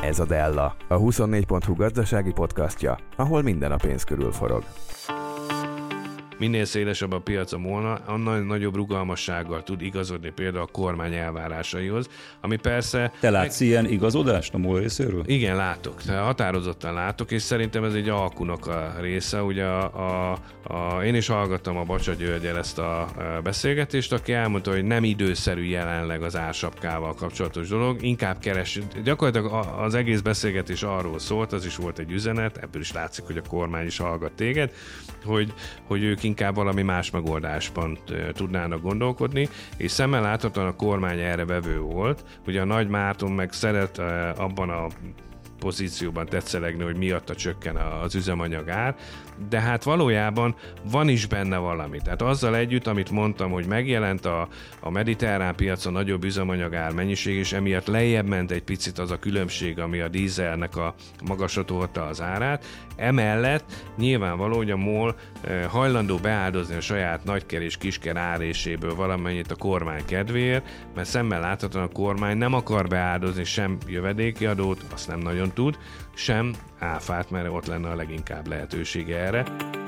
Ez a Della, a 24.hu gazdasági podcastja, ahol minden a pénz körül forog. Minél szélesebb a piac a MOL, annál nagyobb rugalmassággal tud igazodni például a kormány elvárásaihoz, ami persze... Te látsz ilyen igazodást a MOL részéről? Igen, látok. Határozottan látok, és szerintem ez egy alkunak a része. Ugye én is hallgattam a Bacsa Györgyel ezt a beszélgetést, aki elmondta, hogy nem időszerű jelenleg az ársapkával kapcsolatos dolog, inkább gyakorlatilag az egész beszélgetés arról szólt, az is volt egy üzenet, ebből is látszik, hogy a kormány is hallgat téged, hogy ők inkább valami más megoldásban tudnának gondolkodni, és szemmel láthatóan a kormány erre vevő volt. Ugye a Nagy Márton meg szeret abban a pozícióban tetszelegni, hogy miatta csökken az üzemanyag ár, de hát valójában van is benne valami. Tehát azzal együtt, amit mondtam, hogy megjelent a mediterrán piacon nagyobb üzemanyagár mennyiség, és emiatt lejjebb ment egy picit az a különbség, ami a dízelnek a magasra tolta az árát. Emellett nyilvánvaló, hogy a MOL hajlandó beáldozni a saját nagyker és kisker áréséből valamennyit a kormány kedvéért, mert szemmel láthatóan a kormány nem akar beáldozni sem jövedéki adót, azt nem nagyon tud, sem áfát, mert ott lenne a leginkább lehetősége erre.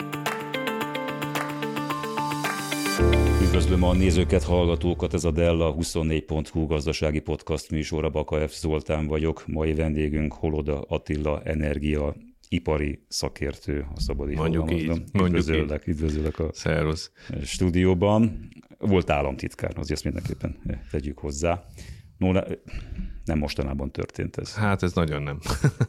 Üdvözlöm a nézőket, hallgatókat, ez a Della 24.hu gazdasági podcast műsora, Baka F. Zoltán vagyok, mai vendégünk Holoda Attila energia ipari szakértő, a szabad így fogalmaznom. Üdvözöllek a Szervusz. Stúdióban. Volt államtitkár, azért ezt mindenképpen tegyük hozzá. No, nem mostanában történt ez. Hát ez nagyon nem.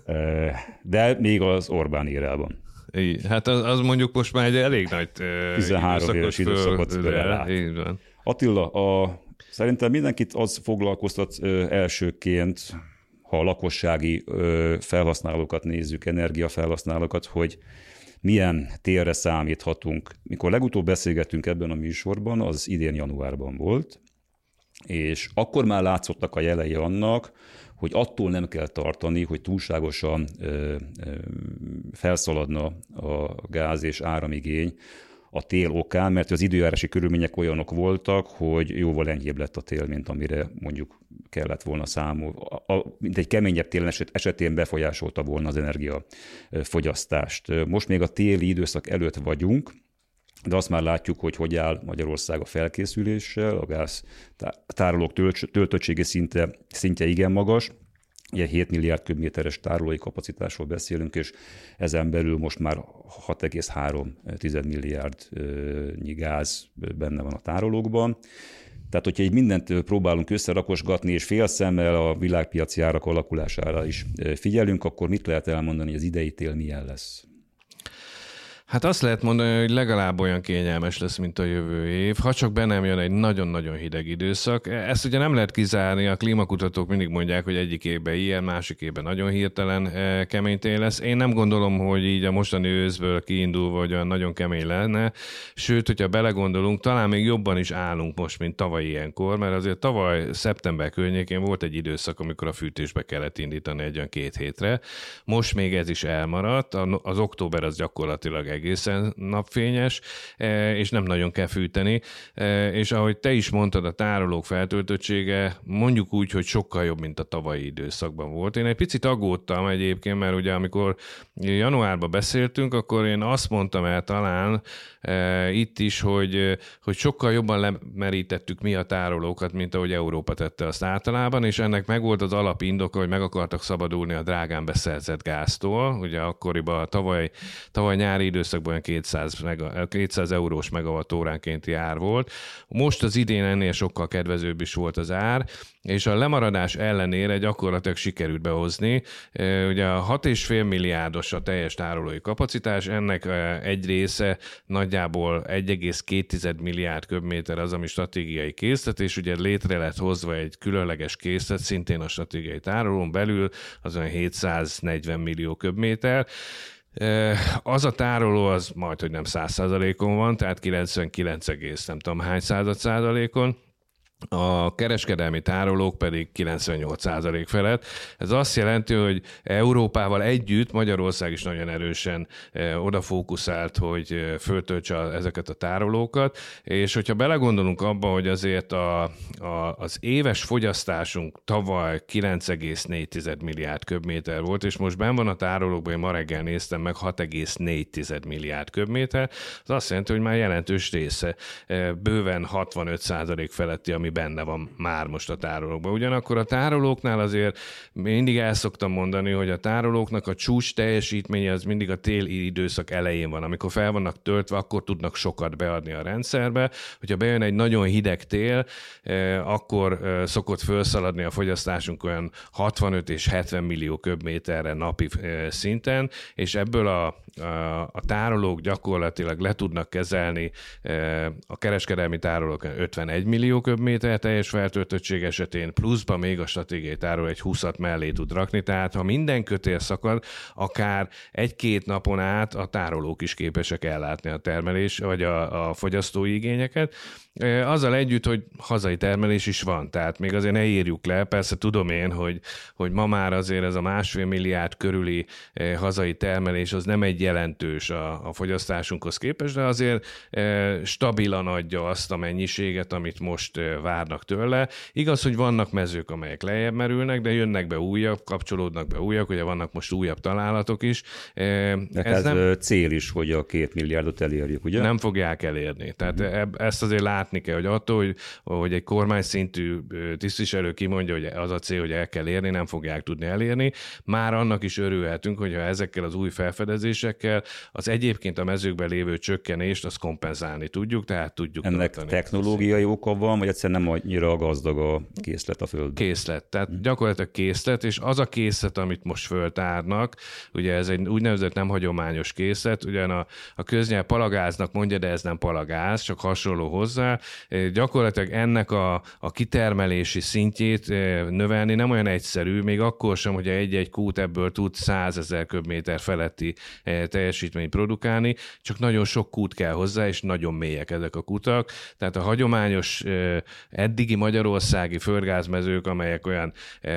De még az Orbán érában. Hát az mondjuk most már egy elég nagy 13 éves időszakot lát. Attila, szerintem mindenkit az foglalkoztat elsőként, ha a lakossági felhasználókat nézzük, energiafelhasználókat, hogy milyen térre számíthatunk. Mikor legutóbb beszélgettünk ebben a műsorban, az idén januárban volt, és akkor már látszottak a jelei annak, hogy attól nem kell tartani, hogy túlságosan felszaladna a gáz és áramigény a tél okán, mert az időjárási körülmények olyanok voltak, hogy jóval enyhébb lett a tél, mint amire mondjuk kellett volna számolni. Mint egy keményebb tél esetén befolyásolta volna az energiafogyasztást. Most még a téli időszak előtt vagyunk, de azt már látjuk, hogy áll Magyarország a felkészüléssel, a gáz tárolók töltöttsége szintje igen magas. Ugye 7 milliárd köbméteres tárolói kapacitásról beszélünk, és ezen belül most már 6,3 milliárdnyi gáz benne van a tárolókban. Tehát, hogyha így mindent próbálunk összerakosgatni, és félszemmel a világpiaci árak alakulására is figyelünk, akkor mit lehet elmondani, hogy az idei tél milyen lesz? Hát azt lehet mondani, hogy legalább olyan kényelmes lesz, mint a jövő év, ha csak be nem jön egy nagyon-nagyon hideg időszak. Ezt ugye nem lehet kizárni, a klímakutatók mindig mondják, hogy egyik évben ilyen, másik évben nagyon hirtelen kemény tél lesz. Én nem gondolom, hogy így a mostani őszből kiindulva, hogy olyan nagyon kemény lenne, sőt, hogyha belegondolunk, talán még jobban is állunk most, mint tavaly ilyenkor, mert azért tavaly szeptember környékén volt egy időszak, amikor a fűtésbe kellett indítani egy olyan 2 hétre. Most még ez is elmaradt, az október az gyakorlatilag egészen napfényes, és nem nagyon kell fűteni, és ahogy te is mondtad, a tárolók feltöltöttsége mondjuk úgy, hogy sokkal jobb, mint a tavalyi időszakban volt. Én egy picit aggódtam egyébként, mert ugye amikor januárban beszéltünk, akkor én azt mondtam el talán itt is, hogy sokkal jobban lemerítettük mi a tárolókat, mint ahogy Európa tette azt általában, és ennek megvolt az alapindoka, hogy meg akartak szabadulni a drágán beszerzett gáztól. Ugye akkoriban tavaly nyári időszakban 200 eurós megawattóránkénti ár volt. Most az idén ennél sokkal kedvezőbb is volt az ár, és a lemaradás ellenére gyakorlatilag sikerült behozni. Ugye a 6,5 milliárdos a teljes tárolói kapacitás, ennek egy része nagyjából 1,2 milliárd köbméter az, ami stratégiai készlet, és ugye létre lett hozva egy különleges készlet, szintén a stratégiai tárolón belül, az olyan 740 millió köbméter. Az a tároló az majdhogy nem 100%-on van, tehát 99, nem tudom hány százalékon. a kereskedelmi tárolók pedig 98% felett. Ez azt jelenti, hogy Európával együtt Magyarország is nagyon erősen odafókuszált, hogy föltöltse ezeket a tárolókat, és hogyha belegondolunk abba, hogy azért az éves fogyasztásunk tavaly 9,4 milliárd köbméter volt, és most benn van a tárolókban, én ma reggel néztem meg, 6,4 milliárd köbméter, az azt jelenti, hogy már jelentős része, bőven 65% feletti, ami benne van már most a tárolókban. Ugyanakkor a tárolóknál azért mindig el szoktam mondani, hogy a tárolóknak a csúcs teljesítménye az mindig a téli időszak elején van. Amikor fel vannak töltve, akkor tudnak sokat beadni a rendszerbe. Hogyha bejön egy nagyon hideg tél, akkor szokott felszaladni a fogyasztásunk olyan 65 és 70 millió köbméterre napi szinten, és ebből a tárolók gyakorlatilag le tudnak kezelni a kereskedelmi tárolók 51 millió köbméter teljes feltöltöttség esetén, pluszban még a stratégiai tároló egy 20-at mellé tud rakni, tehát ha minden kötél szakad, akár egy-két napon át a tárolók is képesek ellátni a termelés, vagy a fogyasztói igényeket. Azzal együtt, hogy hazai termelés is van, tehát még azért ne írjuk le, persze tudom én, hogy ma már azért ez a 1,5 milliárd körüli hazai termelés az nem egy jelentős a fogyasztásunkhoz képest, de azért stabilan adja azt a mennyiséget, amit most várnak tőle. Igaz, hogy vannak mezők, amelyek lejjebb merülnek, de jönnek be újabb, kapcsolódnak be újabb, ugye vannak most újabb találatok is. Ez nem cél is, hogy a 2 milliárdot elérjük, ugye? Nem fogják elérni. Tehát ezt azért látni kell, hogy attól, hogy egy kormány szintű tisztviselő kimondja, hogy az a cél, hogy el kell érni, nem fogják tudni elérni. Már annak is örülhetünk, hogyha ezekkel az új felfedezésekkel az egyébként a mezőkben lévő csökkenést azt kompenzálni tudjuk, tehát tudjuk ennek tartani. Technológiai oka van, vagy egyszerűen nem annyira gazdag a készlet a földön? Készlet. Tehát gyakorlatilag készlet, és az a készlet, amit most föltárnak, ugye ez egy úgynevezett nem hagyományos készlet, ugyan a köznyelv palagáznak mondja, de ez nem palagáz, csak hasonló hozzá. Gyakorlatilag ennek a kitermelési szintjét növelni nem olyan egyszerű, még akkor sem, hogy egy-egy kút ebből tud 100 000 köbméter feletti teljesítményt produkálni, csak nagyon sok kút kell hozzá, és nagyon mélyek ezek a kutak. Tehát a hagyományos eddigi magyarországi földgázmezők, amelyek olyan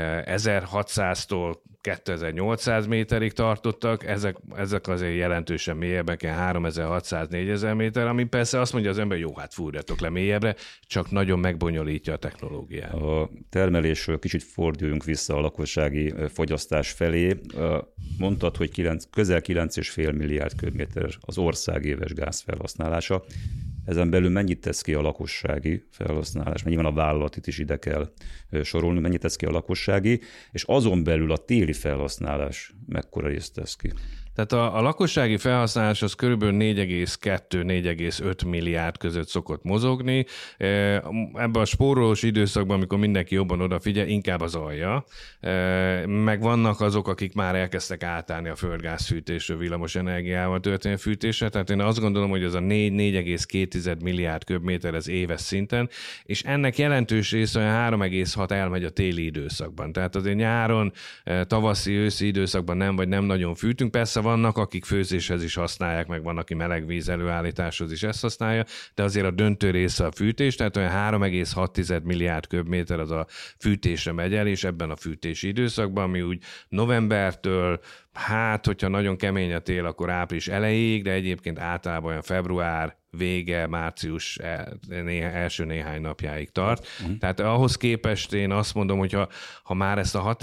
1600-tól 2800 méterig tartottak, ezek azért jelentősen mélyebbek, 3600-4000 méter, ami persze azt mondja az ember, jó, hát fúrjatok le mélyebbre, csak nagyon megbonyolítja a technológiát. A termelésről kicsit forduljunk vissza a lakossági fogyasztás felé. Mondtad, hogy közel 9,5 milliárd köbméter az ország éves gázfelhasználása. Ezen belül mennyit tesz ki a lakossági felhasználás? Nyilván a vállalatit is ide kell sorolni, mennyit tesz ki a lakossági, és azon belül a téli felhasználás mekkora részt tesz ki? Tehát a lakossági felhasználás az körülbelül 4,2-4,5 milliárd között szokott mozogni. Ebben a spórolós időszakban, amikor mindenki jobban odafigyel, inkább az alja. Meg vannak azok, akik már elkezdtek átállni a földgázfűtésről, villamos energiával történő fűtésre. Tehát én azt gondolom, hogy ez a 4,2 milliárd köbméter ez éves szinten, és ennek jelentős része olyan 3,6 elmegy a téli időszakban. Tehát azért nyáron, tavaszi, őszi időszakban nem nagyon fűtünk. Persze vannak, akik főzéshez is használják, meg van, aki melegvíz előállításhoz is ezt használja, de azért a döntő része a fűtés, tehát olyan 3,6 milliárd köbméter az a fűtésre megy el, és ebben a fűtési időszakban, ami úgy novembertől, hát, hogyha nagyon kemény a tél, akkor április elejéig, de egyébként általában olyan február vége, március első néhány napjáig tart. Tehát ahhoz képest én azt mondom, hogy ha már ezt a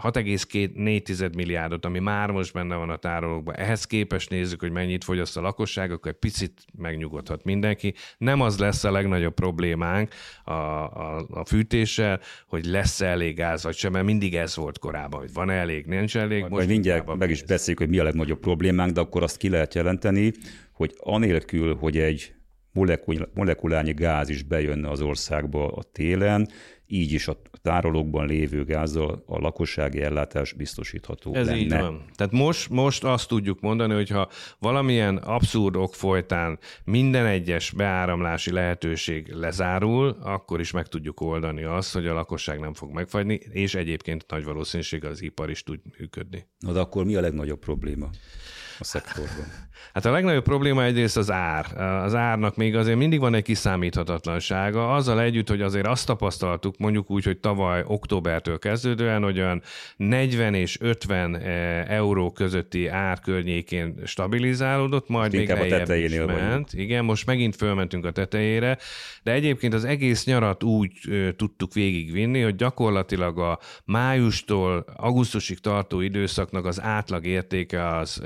6,4 milliárdot, ami már most benne van a tárolókban, ehhez képest nézzük, hogy mennyit fogyaszt a lakosság, akkor egy picit megnyugodhat mindenki. Nem az lesz a legnagyobb problémánk a fűtéssel, hogy lesz elég gáz vagy sem, mert mindig ez volt korábban, hogy van elég, nincs elég. Most mindjárt meg is beszéljük, hogy mi a legnagyobb problémánk, de akkor azt ki lehet jelenteni, hogy anélkül, hogy egy molekulárnyi gáz is bejönne az országba a télen, így is a tárolókban lévő gázzal a lakossági ellátás biztosítható ez lenne. Így van. Tehát most azt tudjuk mondani, hogy ha valamilyen abszurd ok folytán minden egyes beáramlási lehetőség lezárul, akkor is meg tudjuk oldani azt, hogy a lakosság nem fog megfagyni, és egyébként nagy valószínűség az ipar is tud működni. Na de akkor mi a legnagyobb probléma? a szektorban? Hát a legnagyobb probléma egyrészt az ár. Az árnak még azért mindig van egy kiszámíthatatlansága. Azzal együtt, hogy azért azt tapasztaltuk, mondjuk úgy, hogy tavaly októbertől kezdődően, hogy olyan 40 és 50 euró közötti ár környékén stabilizálódott, majd még lejjebb is ment. Igen, most megint fölmentünk a tetejére, de egyébként az egész nyarat úgy tudtuk végigvinni, hogy gyakorlatilag a májustól augusztusig tartó időszaknak az átlag értéke az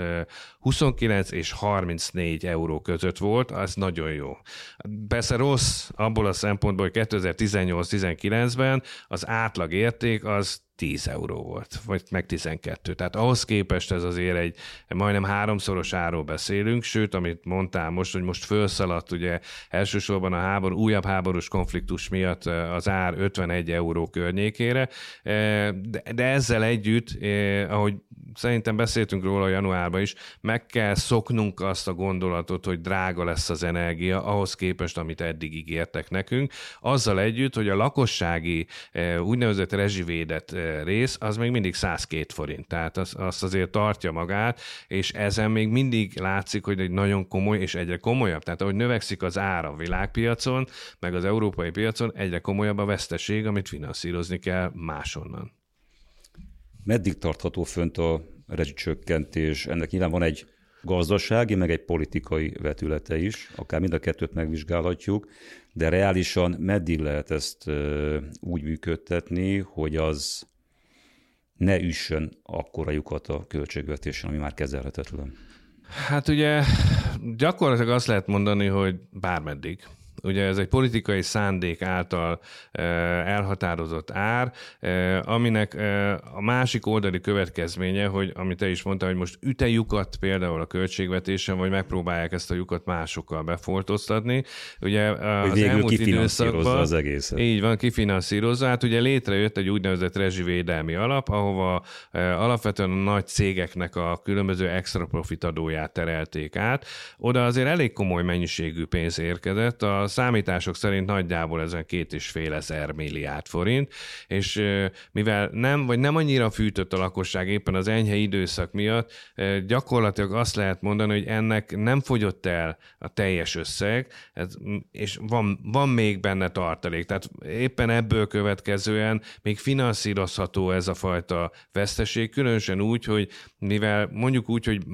29 és 34 euró között volt, az nagyon jó. Persze rossz abból a szempontból, hogy 2018-19-ben az átlag érték az 10 euró volt, vagy meg 12. Tehát ahhoz képest ez azért egy majdnem 3-szoros árról beszélünk, sőt, amit mondtál most, hogy most felszaladt ugye elsősorban a újabb háborús konfliktus miatt az ár 51 euró környékére, de ezzel együtt, ahogy szerintem beszéltünk róla januárban is, meg kell szoknunk azt a gondolatot, hogy drága lesz az energia ahhoz képest, amit eddig ígértek nekünk, azzal együtt, hogy a lakossági úgynevezett rezsivédett rész, az még mindig 102 forint, tehát azt azért tartja magát, és ezen még mindig látszik, hogy egy nagyon komoly és egyre komolyabb, tehát ahogy növekszik az ár a világpiacon, meg az európai piacon, egyre komolyabb a veszteség, amit finanszírozni kell máshonnan. Meddig tartható fönt a rezsicsökkentés? Ennek nyilván van egy gazdasági, meg egy politikai vetülete is, akár mind a kettőt megvizsgálhatjuk, de reálisan meddig lehet ezt úgy működtetni, hogy az ne üssön akkora lyukat a költségvetésen, ami már kezelhetetlen? Hát ugye gyakorlatilag azt lehet mondani, hogy bármeddig. Ugye ez egy politikai szándék által elhatározott ár, aminek a másik oldali következménye, hogy amit te is mondtál, hogy most üte lyukat például a költségvetésen, vagy megpróbálják ezt a lyukat másokkal befoltoztatni. Ugye az elmúlt időszakban az egészet. Így van, kifinanszírozza. Hát ugye létrejött egy úgynevezett rezsivédelmi alap, ahova alapvetően a nagy cégeknek a különböző extra profit adóját terelték át. Oda azért elég komoly mennyiségű pénz érkezett. A számítások szerint nagyjából ezen 2,5 milliárd forint, és mivel nem annyira fűtött a lakosság éppen az enyhe időszak miatt, gyakorlatilag azt lehet mondani, hogy ennek nem fogyott el a teljes összeg, és van még benne tartalék. Tehát éppen ebből következően még finanszírozható ez a fajta veszteség, különösen úgy, hogy mivel mondjuk úgy, hogy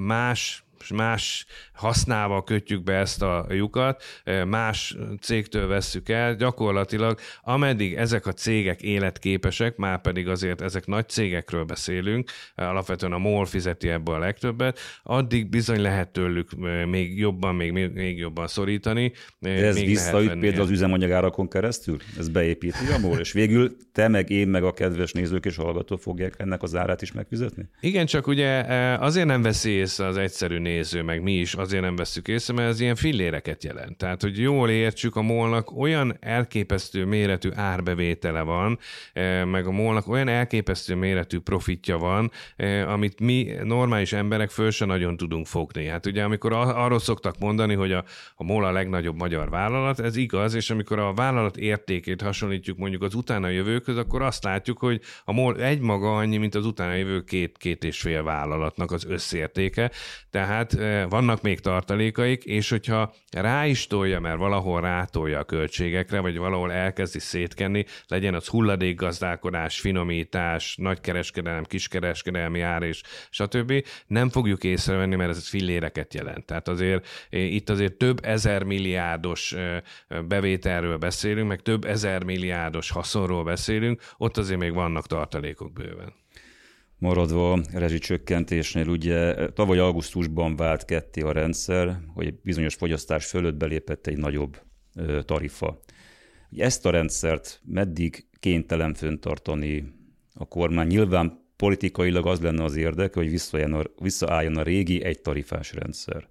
más hasznával kötjük be ezt a lyukat, más cégtől vesszük el, gyakorlatilag ameddig ezek a cégek életképesek, már pedig azért ezek nagy cégekről beszélünk, alapvetően a MOL fizeti ebből a legtöbbet, addig bizony lehet tőlük még jobban szorítani. De ez visszaüt például az üzemanyagárakon keresztül? Ez beépíti a MOL, és végül te meg én meg a kedves nézők és hallgatók fogják ennek az árát is megfizetni? Igen, csak ugye azért nem veszi észre az egyszerű néző, meg mi is azért nem vesszük észre, mert ez ilyen filléreket jelent. Tehát, hogy jól értsük, a MOL-nak olyan elképesztő méretű árbevétele van, meg a MOL-nak olyan elképesztő méretű profitja van, amit mi normális emberek föl se nagyon tudunk fogni. Hát ugye amikor arról szoktak mondani, hogy a MOL a legnagyobb magyar vállalat, ez igaz, és amikor a vállalat értékét hasonlítjuk mondjuk az utána jövőkhöz, akkor azt látjuk, hogy a MOL egymaga annyi, mint az utána jövő 2,5 vállalatnak az összértéke. Tehát vannak még tartalékaik, és hogyha rá is tolja, mert valahol rátolja a költségekre, vagy valahol elkezdi szétkenni, legyen az hulladékgazdálkodás, finomítás, nagykereskedelem, kiskereskedelmi ár és stb. Nem fogjuk észrevenni, mert ez filléreket jelent. Tehát azért itt azért több ezer milliárdos bevételről beszélünk, meg több ezer milliárdos haszonról beszélünk, ott azért még vannak tartalékok bőven. Maradva a rezsicsökkentésnél, ugye tavaly augusztusban vált ketté a rendszer, hogy bizonyos fogyasztás fölött belépett egy nagyobb tarifa. Ezt a rendszert meddig kénytelen fenntartani a kormány? Nyilván politikailag az lenne az érdeke, hogy visszaálljon a régi egytarifás rendszer.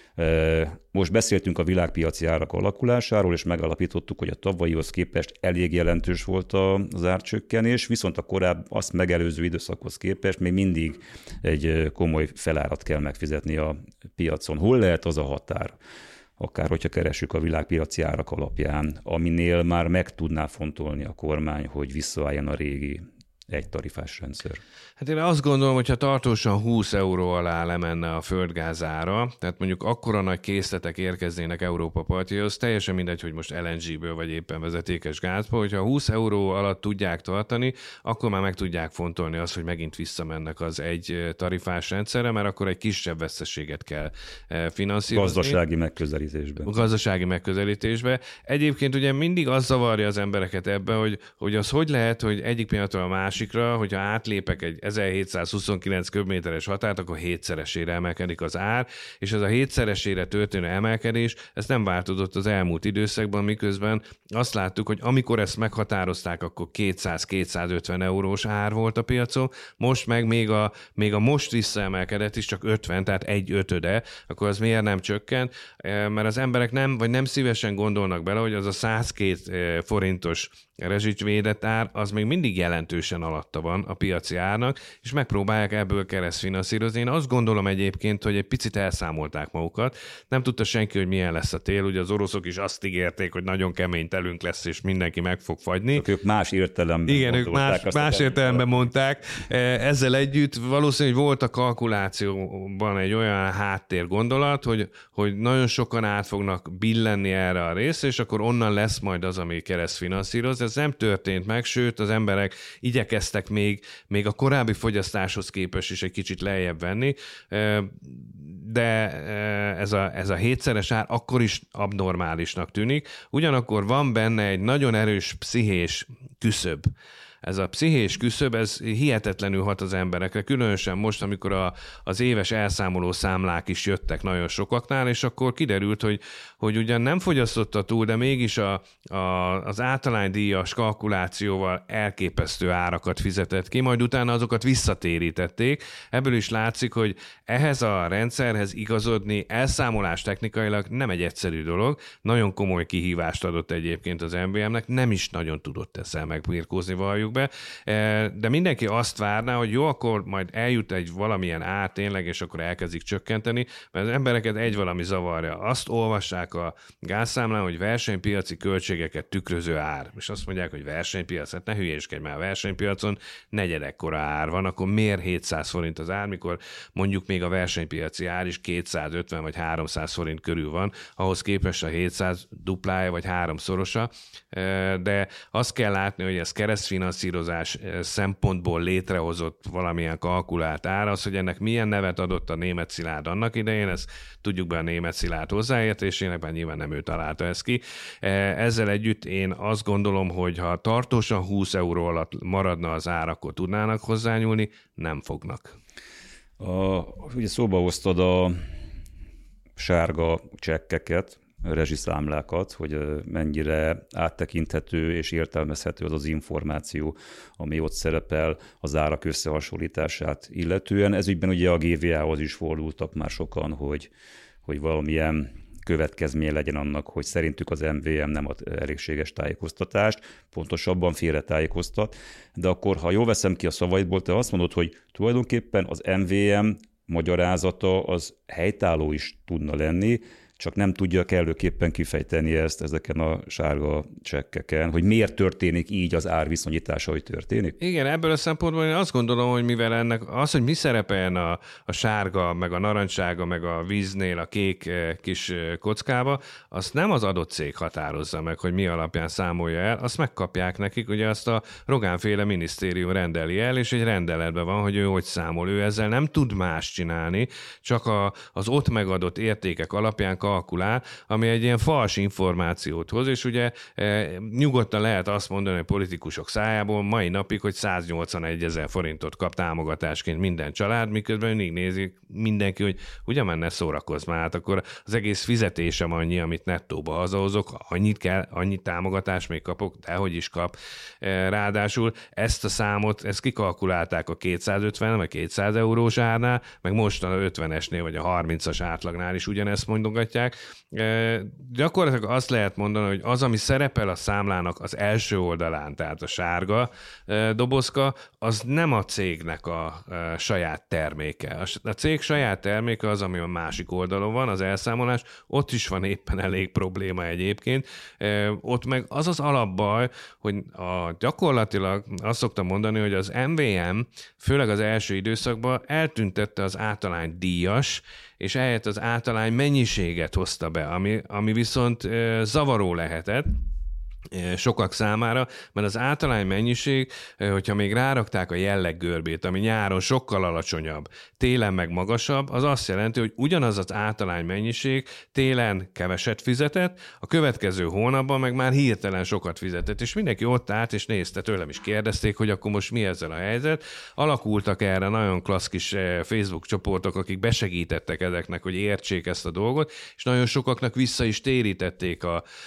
Most beszéltünk a világpiaci árak alakulásáról, és megalapítottuk, hogy a tavalyihoz képest elég jelentős volt az árcsökkenés, viszont a korábbi azt megelőző időszakhoz képest még mindig egy komoly felárat kell megfizetni a piacon. Hol lehet az a határ, akár hogyha keressük a világpiaci árak alapján, aminél már meg tudná fontolni a kormány, hogy visszaálljon a régi egy tarifás rendszer? Hát én azt gondolom, hogy ha tartósan 20 euró alá lemenne a földgáz ára, tehát mondjuk akkora nagy készletek érkeznének Európa partjához, teljesen mindegy, hogy most LNG-ből vagy éppen vezetékes gázból, hogyha 20 euró alatt tudják tartani, akkor már meg tudják fontolni azt, hogy megint visszamennek az egy tarifás rendszerre, mert akkor egy kisebb veszteséget kell finanszírozni. Gazdasági megközelítésbe. Egyébként ugye mindig az zavarja az embereket ebben, hogy hogy lehet, hogy egyik pillanatról a másikra, hogyha átlépek egy 1729 köbméteres határt, akkor 7-szeresére emelkedik az ár, és ez a 7-szeresére történő emelkedés, ez nem változott az elmúlt időszakban, miközben azt láttuk, hogy amikor ezt meghatározták, akkor 200-250 eurós ár volt a piacon, most meg még a most visszaemelkedett is csak 50, tehát 1/5, akkor az miért nem csökkent? Mert az emberek nem szívesen gondolnak bele, hogy az a 102 forintos rezsicsvédett ár, az még mindig jelentősen alatta van a piaci árnak, és megpróbálják ebből keresztfinanszírozni. Én azt gondolom egyébként, hogy egy picit elszámolták magukat. Nem tudta senki, hogy milyen lesz a tél. Ugye az oroszok is azt ígérték, hogy nagyon kemény telünk lesz, és mindenki meg fog fagyni. Csak ők más értelemben igen, ők más értelemben mondták. Ezzel együtt valószínűleg volt a kalkulációban egy olyan háttérgondolat, hogy nagyon sokan át fognak billenni erre a részre, és akkor onnan lesz majd az, ami keresztfinanszíroz. Ez nem történt meg, sőt az emberek igyekeztek még a korábbi fogyasztáshoz képest is egy kicsit lejjebb venni, de ez a 7-szeres ár akkor is abnormálisnak tűnik. Ugyanakkor van benne egy nagyon erős pszichés küszöb. Ez a pszichés küszöb, ez hihetetlenül hat az emberekre, különösen most, amikor az éves elszámoló számlák is jöttek nagyon sokaknál, és akkor kiderült, hogy ugyan nem fogyasztotta túl, de mégis az általánydíjas kalkulációval elképesztő árakat fizetett ki, majd utána azokat visszatérítették. Ebből is látszik, hogy ehhez a rendszerhez igazodni elszámolás technikailag nem egy egyszerű dolog, nagyon komoly kihívást adott egyébként az MVM-nek, nem is nagyon tudott ezzel megbirkózni, valljuk be, de mindenki azt várná, hogy jó, akkor majd eljut egy valamilyen ár tényleg, és akkor elkezdik csökkenteni, mert az embereket egy valami zavarja. Azt olvassák a gázszámlán, hogy versenypiaci költségeket tükröző ár. És azt mondják, hogy versenypiac, hát ne hülyéskedj már, a versenypiacon negyedekkora ár van, akkor miért 700 forint az ár, mikor mondjuk még a versenypiaci ár is 250 vagy 300 forint körül van, ahhoz képest a 700 duplája vagy háromszorosa, de azt kell látni, hogy ez keresztfinanszírozás szempontból létrehozott valamilyen kalkulált ár, az, hogy ennek milyen nevet adott a Németh Szilárd annak idején, ezt tudjuk be a Németh Szilárd hozzáértésének, bár nyilván nem ő találta ezt ki. Ezzel együtt én azt gondolom, hogy ha tartósan 20 euró alatt maradna az ár, akkor tudnának hozzányúlni, nem fognak. Ugye szóba hoztad a sárga csekkeket, rezsiszámlákat, hogy mennyire áttekinthető és értelmezhető az az információ, ami ott szerepel az árak összehasonlítását illetően. Ezügyben ugye a GVA-hoz is fordultak már sokan, hogy valamilyen következménye legyen annak, hogy szerintük az MVM nem ad elégséges tájékoztatást, pontosabban félretájékoztat, de akkor, ha jól veszem ki a szavaidból, te azt mondod, hogy tulajdonképpen az MVM magyarázata az helytálló is tudna lenni, csak nem tudja kellőképpen kifejteni ezt ezeken a sárga csekkeken, hogy miért történik így az árviszonyítása, hogy történik? Igen, ebből a szempontból én azt gondolom, hogy mivel ennek az, hogy mi szerepeljen a sárga, meg a narancssárga, meg a víznél a kék kis kockába, azt nem az adott cég határozza meg, hogy mi alapján számolja el, azt megkapják nekik, ugye azt a Rogán-féle minisztérium rendeli el, és egy rendeletben van, hogy ő hogy számol. Ő ezzel nem tud más csinálni, csak az ott megadott értékek alapján kalkulál, ami egy ilyen fals információt hoz, és ugye nyugodtan lehet azt mondani a politikusok szájából mai napig, hogy 181 000 forintot kap támogatásként minden család, miközben mindig nézik mindenki, hogy ugye már ne szórakozz már, hát akkor az egész fizetésem annyi, amit nettóba hazahozok, annyi támogatást még kapok, de hogy is kap. Ráadásul ezt a számot, ezt kikalkulálták a 250 vagy 200 eurós árnál, meg most a 50-esnél vagy a 30-as átlagnál is ugyanezt mondogatják, mutatják. Gyakorlatilag azt lehet mondani, hogy az, ami szerepel a számlának az első oldalán, tehát a sárga dobozka, az nem a cégnek a saját terméke. A cég saját terméke az, ami a másik oldalon van, az elszámolás, ott is van éppen elég probléma egyébként. Ott meg az az alapbaj, hogy gyakorlatilag azt szoktam mondani, hogy az MVM főleg az első időszakban eltüntette az általány díjas, és ehelyett az általány mennyiséget hozta be, ami viszont zavaró lehetett sokak számára, mert az általány mennyiség, hogyha még rárakták a jelleggörbét, ami nyáron sokkal alacsonyabb, télen meg magasabb, az azt jelenti, hogy ugyanaz az általány mennyiség télen keveset fizetett, a következő hónapban meg már hirtelen sokat fizetett, és mindenki ott állt és nézte, tőlem is kérdezték, hogy akkor most mi ezzel a helyzet. Alakultak erre nagyon klassz kis Facebook csoportok, akik besegítettek ezeknek, hogy értsék ezt a dolgot, és nagyon sokaknak vissza is térítették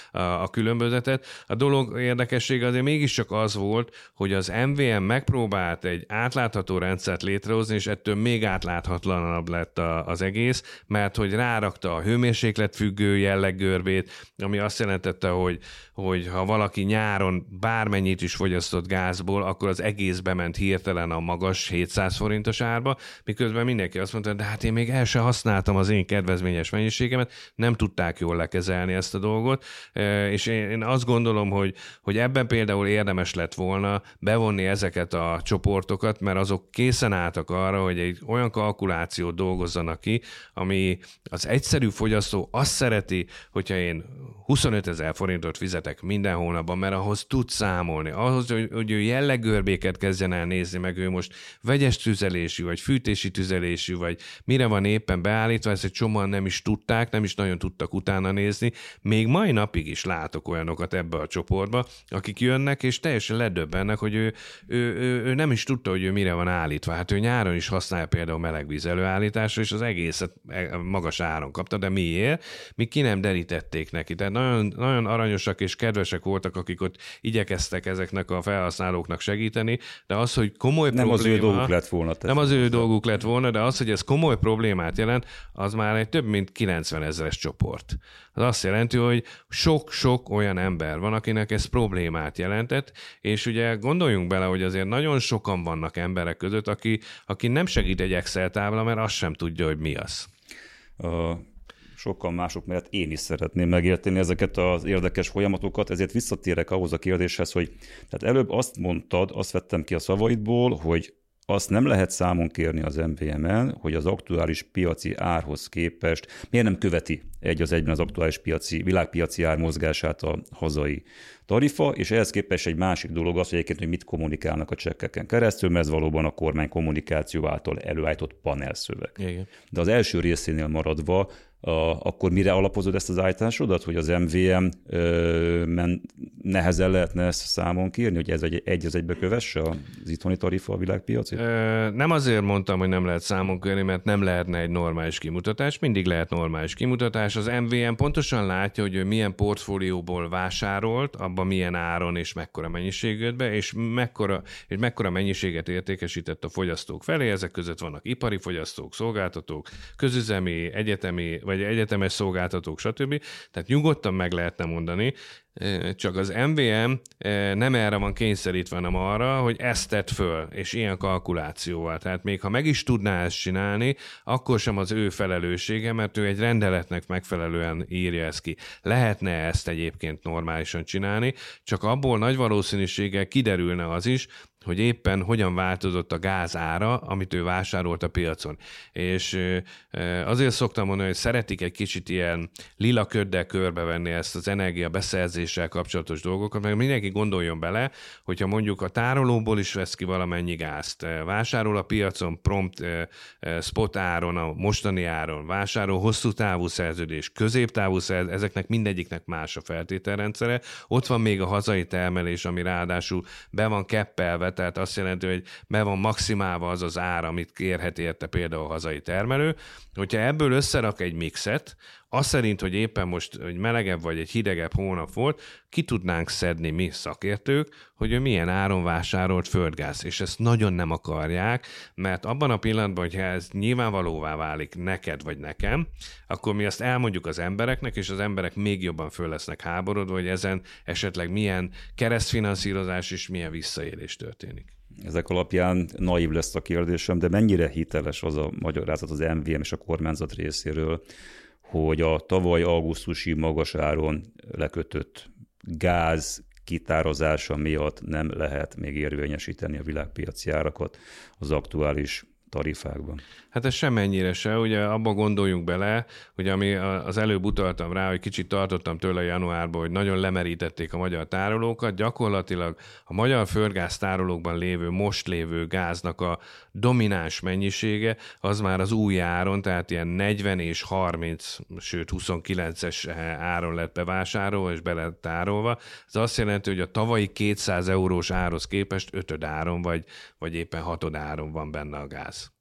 a különbözetet. A dolog érdekessége azért mégiscsak az volt, hogy az MVM megpróbált egy átlátható rendszert létrehozni, és ettől még átláthatatlanabb lett az egész, mert hogy rárakta a hőmérsékletfüggő jelleggörbét, ami azt jelentette, hogy ha valaki nyáron bármennyit is fogyasztott gázból, akkor az egész bement hirtelen a magas 700 forintos árba, miközben mindenki azt mondta, de hát én még el sem használtam az én kedvezményes mennyiségemet, nem tudták jól lekezelni ezt a dolgot, és én azt gondolom, hogy ebben például érdemes lett volna bevonni ezeket a csoportokat, mert azok készen álltak arra, hogy egy olyan kalkulációt dolgozzanak ki, ami az egyszerű fogyasztó azt szereti, hogyha én 25 000 forintot fizetek minden hónapban, mert ahhoz tud számolni. Ahhoz, hogy ő jelleggörbéket kezdjen el nézni, meg ő most vegyes tüzelésű, vagy fűtési tüzelésű, vagy mire van éppen beállítva, ezt egy csomóan nem is tudták, nem is nagyon tudtak utána nézni. Még mai napig is látok olyanokat ebbe a csoportba, akik jönnek, és teljesen ledöbbennek, hogy ő nem is tudta, hogy ő mire van állítva. Hát ő nyáron is használja például melegvíz előállításra, és az egészet magas áron kapta, de miért? Míg ki nem derítették neki. Tehát nagyon, nagyon aranyosak és kedvesek voltak, akik ott igyekeztek ezeknek a felhasználóknak segíteni, de az, hogy komoly nem probléma... az ő dolguk lett volna. Nem az ő dolguk lett volna, de az, hogy ez komoly problémát jelent, az már egy több mint 90 000-es csoport. Az azt jelenti, hogy sok-sok olyan ember van, akinek ez problémát jelentett, és ugye gondoljunk bele, hogy azért nagyon sokan vannak emberek között, aki nem segít egy Excel tábla, mert azt sem tudja, hogy mi az. Sokkal mások mellett én is szeretném megérteni ezeket az érdekes folyamatokat, ezért visszatérek ahhoz a kérdéshez, hogy tehát előbb azt mondtad, azt vettem ki a szavaidból, hogy azt nem lehet számon kérni az MVM-en, hogy az aktuális piaci árhoz képest miért nem követi egy az egyben az aktuális világpiaci ár mozgását a hazai tarifa, és ehhez képest egy másik dolog az, hogy egyébként, hogy mit kommunikálnak a csekkeken keresztül, mert ez valóban a kormány kommunikáció által előállított panelszöveg. Igen. De az első részénél maradva, akkor mire alapozod ezt az állításodat, hogy az MVM-men nehezen lehetne ezt számon kérni, hogy ez egy az egybe kövesse az itthoni tarifa a világpiacit? Nem azért mondtam, hogy nem lehet számon kérni, mert nem lehetne egy normális kimutatás, mindig lehet normális kimutatás. Az MVM pontosan látja, hogy ő milyen portfólióból vásárolt, abban milyen áron és mekkora mennyiségű jött be, és mekkora mennyiséget értékesített a fogyasztók felé. Ezek között vannak ipari fogyasztók, szolgáltatók, közüzemi, egyetemi vagy egyetemes szolgáltatók, stb. Tehát nyugodtan meg lehetne mondani, csak az MVM nem erre van kényszerítve, hanem arra, hogy ezt tett föl, és ilyen kalkulációval. Tehát még ha meg is tudná ezt csinálni, akkor sem az ő felelőssége, mert ő egy rendeletnek megfelelően írja ezt ki. Lehetne ezt egyébként normálisan csinálni, csak abból nagy valószínűséggel kiderülne az is, hogy éppen hogyan változott a gáz ára, amit ő vásárolt a piacon. És azért szoktam mondani, hogy szeretik egy kicsit ilyen lila köddel körbevenni ezt az energiabeszerzéssel kapcsolatos dolgokat, meg mindenki gondoljon bele, hogyha mondjuk a tárolóból is vesz ki valamennyi gázt, vásárol a piacon prompt spot áron, a mostani áron, vásárol hosszú távú szerződés, középtávú szerződés, ezeknek mindegyiknek más a feltételrendszere. Ott van még a hazai termelés, ami ráadásul be van keppelve, tehát azt jelenti, hogy be van maximálva az az ár, amit kérhet érte például a hazai termelő. Hogyha ebből összerak egy mixet, az szerint, hogy éppen most egy melegebb vagy egy hidegebb hónap volt, ki tudnánk szedni mi szakértők, hogy ő milyen áron vásárolt földgáz, és ezt nagyon nem akarják, mert abban a pillanatban, hogyha ez nyilvánvalóvá válik neked vagy nekem, akkor mi azt elmondjuk az embereknek, és az emberek még jobban föl lesznek háborodva, hogy ezen esetleg milyen keresztfinanszírozás és milyen visszaélés történik. Ezek alapján naív lesz a kérdésem, de mennyire hiteles az a magyarázat az MVM és a kormányzat részéről, hogy a tavaly augusztusi magas áron lekötött gáz kitározása miatt nem lehet még érvényesíteni a világpiaci árakat az aktuális tarifákban. Hát ez semennyire se, ugye abba gondoljunk bele, hogy ami az előbb utaltam rá, hogy kicsit tartottam tőle januárban, hogy nagyon lemerítették a magyar tárolókat, gyakorlatilag a magyar földgáz tárolókban most lévő gáznak a domináns mennyisége, az már az új áron, tehát ilyen 40 és 30, sőt 29-es áron lett bevásárolva és be lett tárolva. Ez azt jelenti, hogy a tavalyi 200 eurós árhoz képest 5 áron vagy éppen 6 áron van benne a gáz.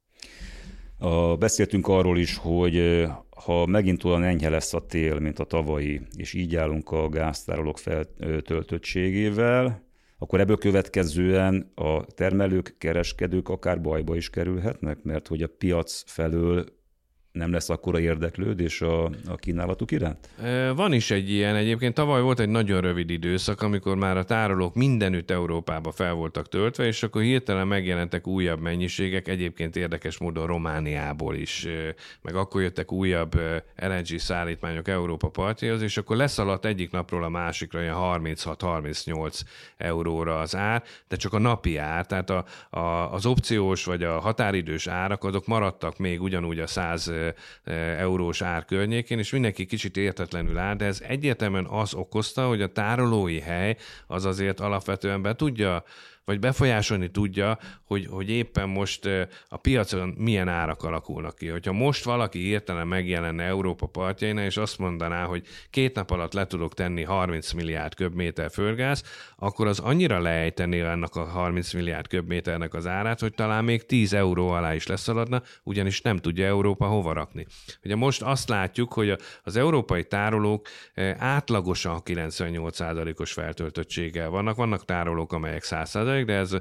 Beszéltünk arról is, hogy ha megint olyan enyhe lesz a tél, mint a tavalyi, és így állunk a gáztárolók feltöltöttségével, akkor ebből következően a termelők, kereskedők akár bajba is kerülhetnek, mert hogy a piac felől nem lesz akkora érdeklődés a kínálatuk iránt? Van is egy ilyen. Egyébként tavaly volt egy nagyon rövid időszak, amikor már a tárolók mindenütt Európába fel voltak töltve, és akkor hirtelen megjelentek újabb mennyiségek, egyébként érdekes módon Romániából is, meg akkor jöttek újabb LNG szállítmányok Európa partjához, és akkor leszaladt egyik napról a másikra ilyen 36-38 euróra az ár, de csak a napi ár, tehát az opciós vagy a határidős árak, azok maradtak még ugyanúgy a 100 eurós ár környékén, és mindenki kicsit értetlenül áll, de ez egyértelműen az okozta, hogy a tárolói hely az azért alapvetően be tudja, vagy befolyásolni tudja, hogy éppen most a piacon milyen árak alakulnak ki. Hogyha most valaki hirtelen megjelenne Európa partjainál, és azt mondaná, hogy 2 nap alatt le tudok tenni 30 milliárd köbméter földgáz, akkor az annyira leejtené ennek a 30 milliárd köbméternek az árát, hogy talán még 10 euró alá is leszaladna, ugyanis nem tudja Európa hova rakni. Ugye most azt látjuk, hogy az európai tárolók átlagosan 98%-os feltöltöttséggel vannak tárolók, amelyek 100%, de ez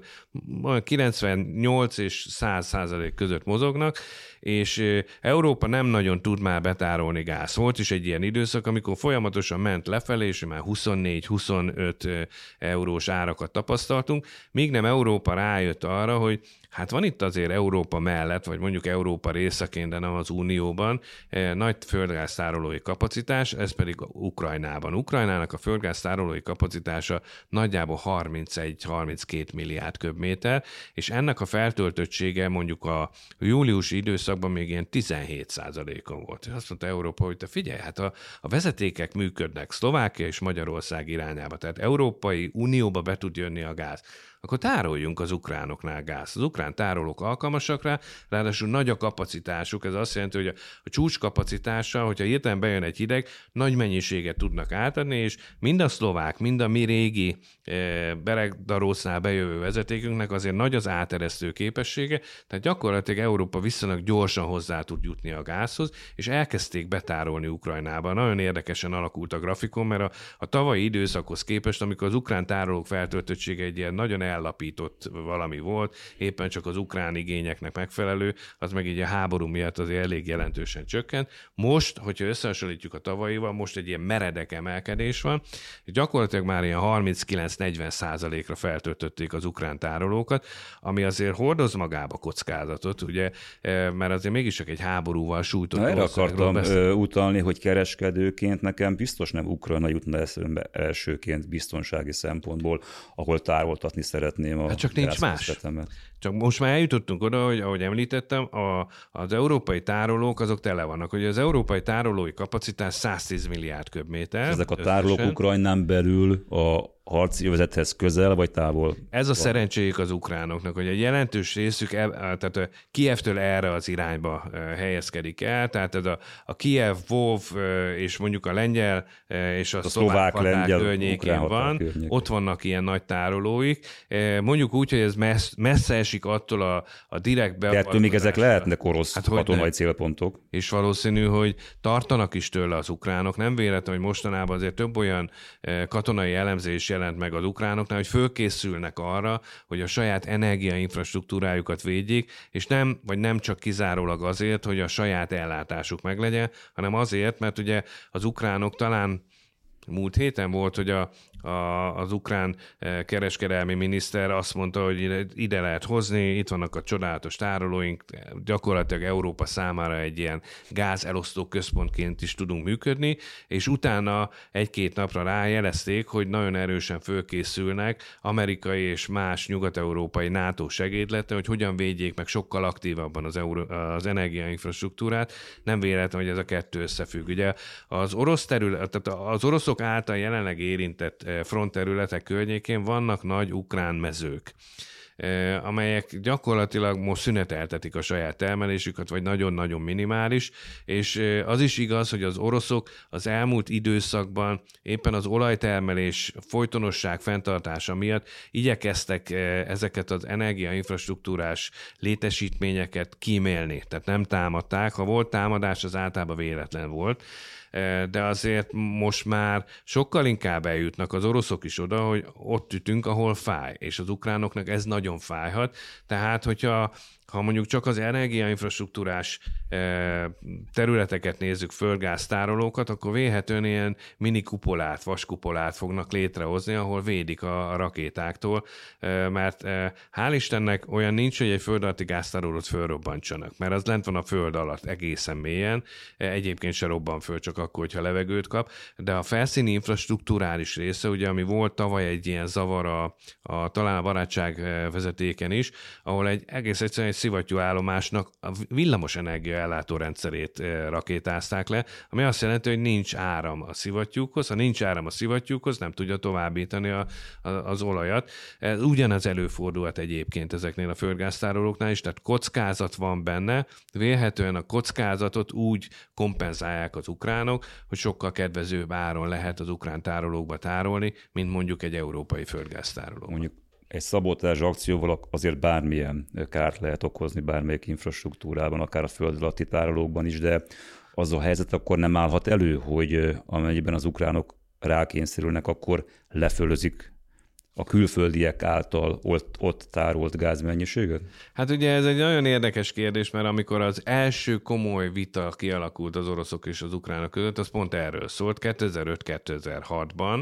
98 és 100% között mozognak, és Európa nem nagyon tud már betárolni gáz. Volt is egy ilyen időszak, amikor folyamatosan ment lefelé, és már 24-25 eurós árakat tapasztaltunk, míg nem Európa rájött arra, hogy hát van itt azért Európa mellett, vagy mondjuk Európa részeként, de nem az Unióban, nagy földgáztárolói kapacitás, ez pedig Ukrajnában. Ukrajnának a földgáztárolói kapacitása nagyjából 31-32 milliárd köbméter, és ennek a feltöltöttsége mondjuk a júliusi időszakban még ilyen 17%-on volt. Azt mondta Európa, hogy te figyelj, hát a vezetékek működnek Szlovákia és Magyarország irányába, tehát Európai Unióba be tud jönni a gáz. Akkor tároljunk az ukránoknál gáz. Az ukrán tárolók alkalmasak rá, ráadásul nagy a kapacitásuk, ez azt jelenti, hogy a csúcskapacitása, hogyha hirtelen bejön egy hideg, nagy mennyiséget tudnak átadni, és mind a szlovák, mind a mi régi Beregdarósznál bejövő vezetékünknek azért nagy az áteresztő képessége, tehát gyakorlatilag Európa viszonylag gyorsan hozzá tud jutni a gázhoz, és elkezdték betárolni Ukrajnába. Nagyon érdekesen alakult a grafikon, mert a tavalyi időszakhoz képest, amikor az ukrán tárolók feltöltöttsége egy ilyen nagyon ellapított valami volt, éppen csak az ukrán igényeknek megfelelő, az meg így a háború miatt azért elég jelentősen csökkent. Most, hogyha összehasonlítjuk a tavalyival, most egy ilyen meredek emelkedés van, és gyakorlatilag már ilyen 39-40%-ra feltöltötték az ukrán tárolókat, ami azért hordoz magába kockázatot, ugye, mert azért mégis csak egy háborúval sújtott erre akartam utalni, hogy kereskedőként nekem biztos nem Ukrajna jutna eszembe elsőként biztonsági szempontból, ahol tároltatni szeretném a hát csak nincs más. Csak most már eljutottunk oda, hogy ahogy említettem, az európai tárolók azok tele vannak. Ugye az európai tárolói kapacitás 110 milliárd köbméter. Ezek a tárolók Ukrajnán belül a harci övezethez közel vagy távol. Ez a szerencséjük az ukránoknak, hogy egy jelentős részük tehát Kijevtől erre az irányba helyezkedik el, tehát ez a Kijev, Lvov és mondjuk a lengyel és a szlovák határ környékén van, ott vannak ilyen nagy tárolóik. Mondjuk úgy, hogy ez messze esik attól a direkt beavatkozásra. De ettől még ezek lehetnek orosz katonai célpontok. És valószínű, hogy tartanak is tőle az ukránok. Nem véletlen, hogy mostanában azért több olyan katonai elemzés jelent meg az ukránoknál, hogy fölkészülnek arra, hogy a saját energiainfrastruktúrájukat védjék, és nem csak kizárólag azért, hogy a saját ellátásuk meglegyen, hanem azért, mert ugye az ukránok talán múlt héten volt, hogy az ukrán kereskedelmi miniszter azt mondta, hogy ide lehet hozni, itt vannak a csodálatos tárolóink, gyakorlatilag Európa számára egy ilyen gázelosztó központként is tudunk működni, és utána egy-két napra rájelezték, hogy nagyon erősen fölkészülnek amerikai és más nyugat-európai NATO segédlete, hogy hogyan védjék meg sokkal aktívabban az energiainfrastruktúrát. Nem véletlen, hogy ez a kettő összefügg. Ugye az oroszok által jelenleg érintett frontterületek környékén vannak nagy ukrán mezők, amelyek gyakorlatilag most szüneteltetik a saját termelésüket, vagy nagyon-nagyon minimális, és az is igaz, hogy az oroszok az elmúlt időszakban éppen az olajtermelés folytonosság fenntartása miatt igyekeztek ezeket az energiainfrastruktúrás létesítményeket kímélni, tehát nem támadták. Ha volt támadás, az általában véletlen volt, de azért most már sokkal inkább eljutnak az oroszok is oda, hogy ott ütünk, ahol fáj, és az ukránoknak ez nagyon fájhat. Tehát, hogyha mondjuk csak az energiainfrastruktúrás területeket nézzük, földgáztárolókat, akkor vélhetően ilyen mini kupolát, vaskupolát fognak létrehozni, ahol védik a rakétáktól, mert hál' Istennek olyan nincs, hogy egy föld alatti gáztárolót fölrobbantsanak, mert az lent van a föld alatt egészen mélyen, egyébként se robban föl, csak akkor, hogyha levegőt kap, de a felszíni infrastruktúrális része, ugye, ami volt tavaly egy ilyen zavar talán a barátság vezetéken is, ahol egy egész egyszerűen egy szivattyúállomásnak a villamos energia ellátórendszerét rakétázták le, ami azt jelenti, hogy nincs áram a szivattyúkhoz. Ha nincs áram a szivattyúkhoz, nem tudja továbbítani az olajat. Ugyanaz előfordulhat egyébként ezeknél a földgáztárolóknál is, tehát kockázat van benne. Vélhetően a kockázatot úgy kompenzálják az ukránok, hogy sokkal kedvezőbb áron lehet az ukrán tárolókba tárolni, mint mondjuk egy európai földgáztárolóba. Mondjuk egy szabotázs akcióval azért bármilyen kárt lehet okozni bármelyik infrastruktúrában, akár a föld alatti tárolókban is, de az a helyzet akkor nem állhat elő, hogy amennyiben az ukránok rákényszerülnek, akkor lefölözik a külföldiek által ott tárolt gázmennyiséget? Hát ugye ez egy nagyon érdekes kérdés, mert amikor az első komoly vita kialakult az oroszok és az ukránok között, az pont erről szólt 2005-2006-ban,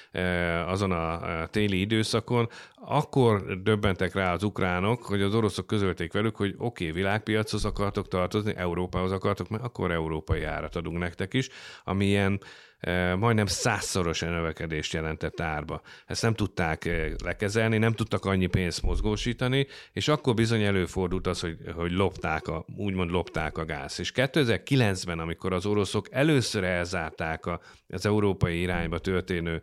azon a téli időszakon, akkor döbbentek rá az ukránok, hogy az oroszok közölték velük, hogy oké, világpiachoz akartok tartozni, Európához akartok, mert akkor európai árat adunk nektek is, ami ilyen majdnem 100-szoros növekedést jelentett árba. Ezt nem tudták lekezelni, nem tudtak annyi pénzt mozgósítani, és akkor bizony előfordult az, hogy úgymond lopták a gáz. És 2009-ben, amikor az oroszok először elzárták az európai irányba történő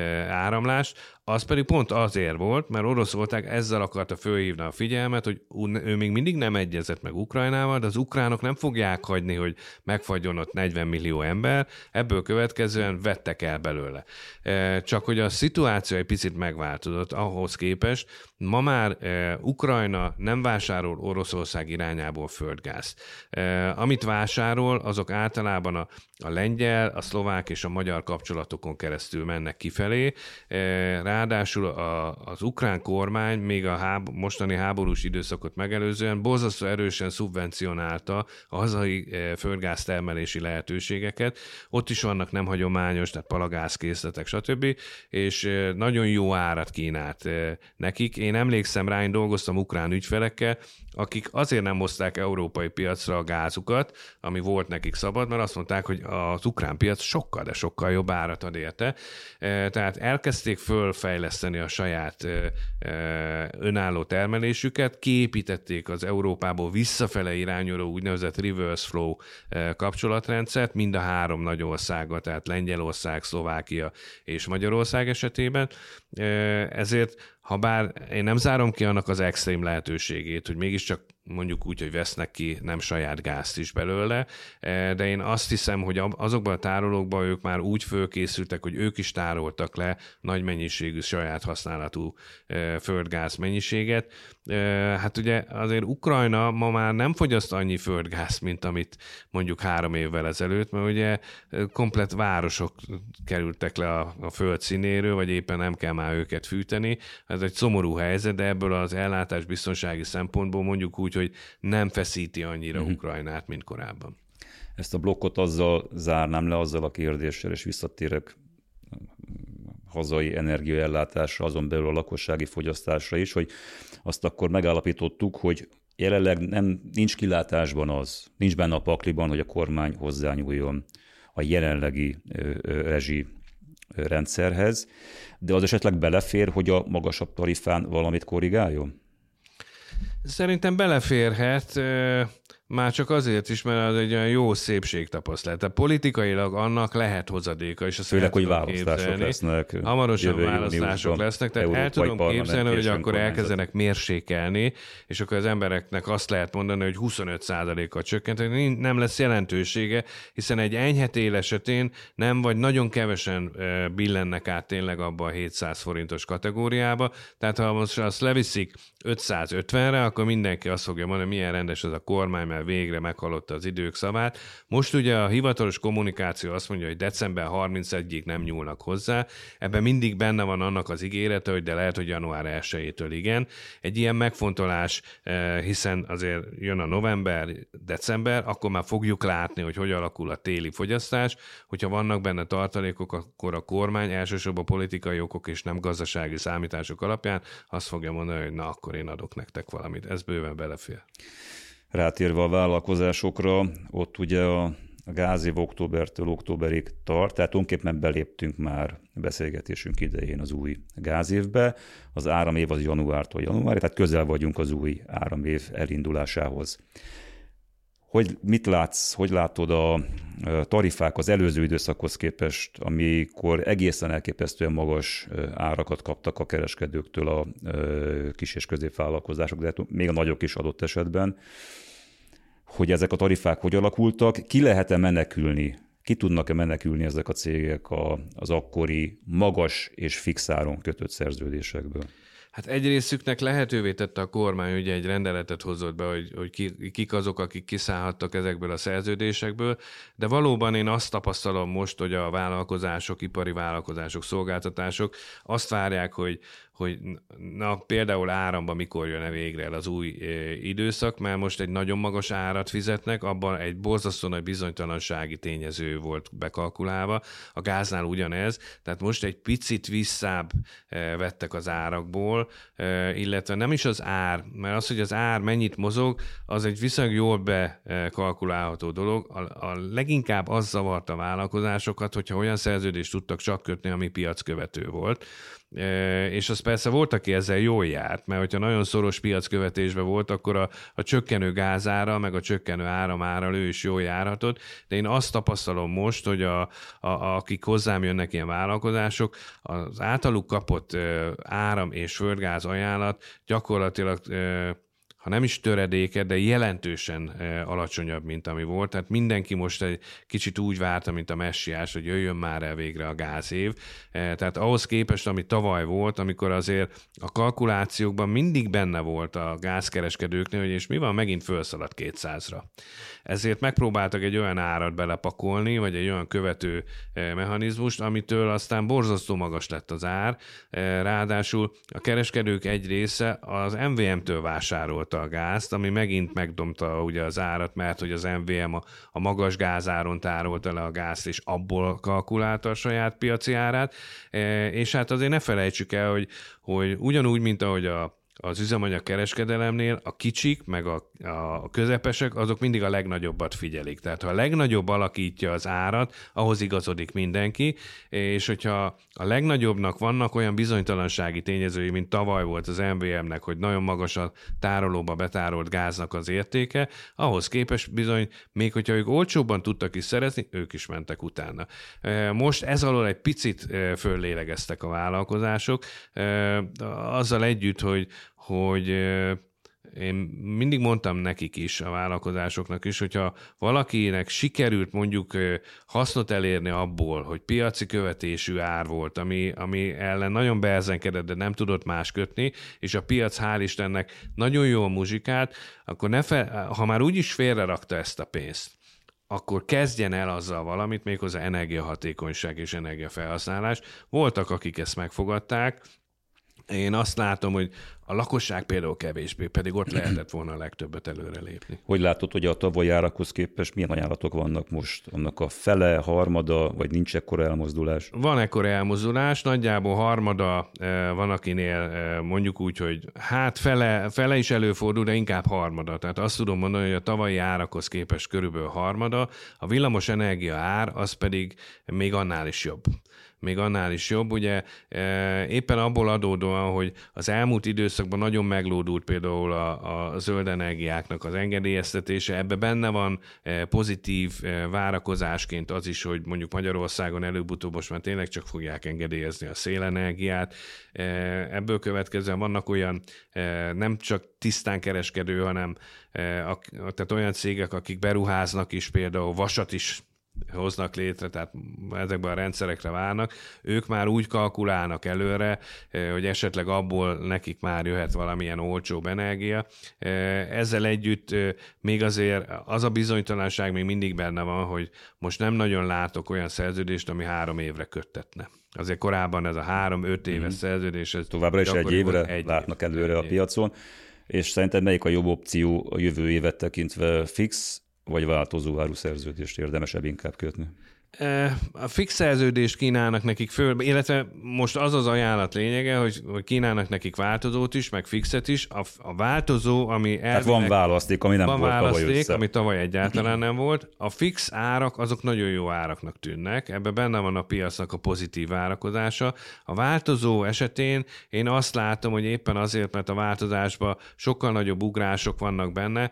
áramlást, az pedig pont azért volt, mert Oroszország ezzel akarta fölhívni a figyelmet, hogy ő még mindig nem egyezett meg Ukrajnával, de az ukránok nem fogják hagyni, hogy megfagyjon ott 40 millió ember, ebből következően vettek el belőle. Csak hogy a szituáció egy picit megváltozott ahhoz képest, ma már Ukrajna nem vásárol Oroszország irányából földgázt. Amit vásárol, azok általában a lengyel, a szlovák és a magyar kapcsolatokon keresztül mennek kifelé. Ráadásul az ukrán kormány még a mostani háborús időszakot megelőzően borzasztó erősen szubvencionálta a hazai földgáztermelési lehetőségeket. Ott is vannak nem hagyományos, tehát palagázkészletek, stb. És nagyon jó árat kínált nekik. Én emlékszem rá, én dolgoztam ukrán ügyfelekkel, akik azért nem hozták európai piacra a gázukat, ami volt nekik szabad, mert azt mondták, hogy az ukrán piac sokkal, de sokkal jobb árat ad érte. Tehát elkezdték fölfejleszteni a saját önálló termelésüket, kiépítették az Európából visszafele irányuló úgynevezett reverse flow kapcsolatrendszert, mind a három nagy országgal, tehát tehát Lengyelország, Szlovákia és Magyarország esetében. Ezért, ha bár én nem zárom ki annak az extrém lehetőségét, hogy mégiscsak mondjuk úgy, hogy vesznek ki nem saját gázt is belőle, de én azt hiszem, hogy azokban a tárolókban ők már úgy fölkészültek, hogy ők is tároltak le nagy mennyiségű saját használatú földgáz mennyiséget. Hát ugye azért Ukrajna ma már nem fogyaszt annyi földgáz, mint amit mondjuk 3 évvel ezelőtt, mert ugye komplett városok kerültek le a föld színéről, vagy éppen nem kell már őket fűteni. Ez egy szomorú helyzet, de ebből az ellátás biztonsági szempontból mondjuk úgy, hogy nem feszíti annyira Ukrajnát, mint korábban. Ezt a blokkot azzal zárnám le, azzal a kérdéssel, és visszatérek hazai energiaellátásra, azon belül a lakossági fogyasztásra is, hogy azt akkor megállapítottuk, hogy jelenleg nincs kilátásban nincs benne a pakliban, hogy a kormány hozzányúljon a jelenlegi rezsi rendszerhez, de az esetleg belefér, hogy a magasabb tarifán valamit korrigáljon? Szerintem beleférhet, már csak azért is, mert az egy olyan jó szépségtapasztalat. Tehát politikailag annak lehet hozadéka, és azt főleg, hogy választások lesznek. Hamarosan választások lesznek, tehát el tudom képzelni, hogy akkor elkezdenek mérsékelni, és akkor az embereknek azt lehet mondani, hogy 25%-kal csökkenteni, nem lesz jelentősége, hiszen egy enyhe tél esetén nem, vagy nagyon kevesen billennek át tényleg abba a 700 forintos kategóriába, tehát ha most azt leviszik 550-re, akkor mindenki azt fogja mondani, milyen rendes az a kormány, mert végre meghallotta az idők szavát. Most ugye a hivatalos kommunikáció azt mondja, hogy december 31-ig nem nyúlnak hozzá. Ebben mindig benne van annak az ígérete, hogy de lehet, hogy január 1-től igen. Egy ilyen megfontolás, hiszen azért jön a november, december, akkor már fogjuk látni, hogy alakul a téli fogyasztás. Hogyha vannak benne tartalékok, akkor a kormány elsősorban politikai okok és nem gazdasági számítások alapján azt fogja mondani, hogy na, akkor én adok nektek valamit. Ez bőven belefér. Rátérve a vállalkozásokra, ott ugye a gázév októbertől októberig tart, tehát tulajdonképpen beléptünk már beszélgetésünk idején az új gázévbe. Az áramév az januártól januárig, tehát közel vagyunk az új áramév elindulásához. Mit látsz, hogy látod a tarifák az előző időszakhoz képest, amikor egészen elképesztően magas árakat kaptak a kereskedőktől a kis- és középvállalkozások, de még a nagyok is adott esetben, hogy ezek a tarifák hogy alakultak, ki lehet-e menekülni, ki tudnak-e menekülni ezek a cégek az akkori magas és fix áron kötött szerződésekből? Hát egy részüknek lehetővé tette a kormány, ugye egy rendeletet hozott be, hogy kik azok, akik kiszállhattak ezekből a szerződésekből, de valóban én azt tapasztalom most, hogy a vállalkozások, ipari vállalkozások, szolgáltatások azt várják, hogy na, például áramban mikor jön végre el az új időszak, mert most egy nagyon magas árat fizetnek, abban egy borzasztó nagy bizonytalansági tényező volt bekalkulálva, a gáznál ugyanez, tehát most egy picit visszább vettek az árakból, illetve nem is az ár, mert az, hogy az ár mennyit mozog, az egy viszonylag jól bekalkulálható dolog. A leginkább az zavarta a vállalkozásokat, hogyha olyan szerződést tudtak csak kötni, ami piackövető volt. És az persze volt, aki ezzel jól járt, mert hogyha nagyon szoros piackövetésben volt, akkor a csökkenő gázára, meg a csökkenő áramára ő is jól járhatott, de én azt tapasztalom most, hogy akik hozzám jönnek ilyen vállalkozások, az általuk kapott áram és földgáz ajánlat gyakorlatilag ha nem is töredéke, de jelentősen alacsonyabb, mint ami volt. Tehát mindenki most egy kicsit úgy várta, mint a messiás, hogy jöjjön már el végre a gázév. Tehát ahhoz képest, ami tavaly volt, amikor azért a kalkulációkban mindig benne volt a gázkereskedőknél, hogy és mi van, megint felszaladt 200-ra. Ezért megpróbáltak egy olyan árat belepakolni, vagy egy olyan követő mechanizmust, amitől aztán borzasztó magas lett az ár. Ráadásul a kereskedők egy része az MVM-től vásárolta a gázt, ami megint megdomta ugye az árat, mert hogy az MVM a magas gázáron tárolta le a gázt, és abból kalkulálta a saját piaci árát. És hát azért ne felejtsük el, hogy ugyanúgy, mint ahogy a az üzemanyag kereskedelemnél a kicsik, meg a közepesek, azok mindig a legnagyobbat figyelik. Tehát ha a legnagyobb alakítja az árat, ahhoz igazodik mindenki, és hogyha a legnagyobbnak vannak olyan bizonytalansági tényezői, mint tavaly volt az MVM-nek, hogy nagyon magas a tárolóba betárolt gáznak az értéke, ahhoz képest bizony, még hogyha ők olcsóbban tudtak is szerezni, ők is mentek utána. Most ez alól egy picit föllélegeztek a vállalkozások, azzal együtt, hogy én mindig mondtam nekik is, a vállalkozásoknak is, hogyha valakinek sikerült mondjuk hasznot elérni abból, hogy piaci követésű ár volt, ami ellen nagyon beerzenkedett, de nem tudott más kötni, és a piac hál' Istennek nagyon jól muzsikált, akkor ha már úgyis félrerakta ezt a pénzt, akkor kezdjen el azzal valamit, méghozzá energiahatékonyság és energiafelhasználás. Voltak, akik ezt megfogadták. Én azt látom, hogy a lakosság például kevésbé, pedig ott lehetett volna a legtöbbet előrelépni. Hogy látod, hogy a tavalyi árakhoz képest milyen ajánlatok vannak most? Annak a fele, harmada, vagy nincs ekkora elmozdulás? Van ekkora elmozdulás, nagyjából harmada van, akinél mondjuk úgy, hogy hát fele is előfordul, de inkább harmada. Tehát azt tudom mondani, hogy a tavalyi árakhoz képest körülbelül harmada, a villamos energia ár az pedig még annál is jobb. Ugye éppen abból adódóan, hogy az elmúlt időszakban nagyon meglódult például a zöld energiáknak az engedélyeztetése, ebbe benne van pozitív várakozásként az is, hogy mondjuk Magyarországon előbb-utóbb most már tényleg csak fogják engedélyezni a szélenergiát. Ebből következően vannak olyan nem csak tisztán kereskedő, hanem tehát olyan cégek, akik beruháznak is, például vasat is hoznak létre, tehát ezekben a rendszerekre várnak, ők már úgy kalkulálnak előre, hogy esetleg abból nekik már jöhet valamilyen olcsóbb energia. Ezzel együtt még azért az a bizonytalanság még mindig benne van, hogy most nem nagyon látok olyan szerződést, ami 3 évre köttetne. Azért korábban ez a 3-5 éves szerződés. Továbbra is 1 évre látnak előre a piacon, és szerinted melyik a jobb opció a jövő évet tekintve, fix vagy változó áruszerződést érdemesebb inkább kötni? A fix szerződést kínálnak nekik föl, illetve most az az ajánlat lényege, hogy kínálnak nekik változót is, meg fixet is. A változó, ami elvileg... Tehát van választék, ami nem volt tavaly össze. Ami tavaly egyáltalán nem volt. A fix árak, azok nagyon jó áraknak tűnnek. Ebben benne van a piacnak a pozitív várakozása. A változó esetén én azt látom, hogy éppen azért, mert a változásban sokkal nagyobb ugrások vannak benne,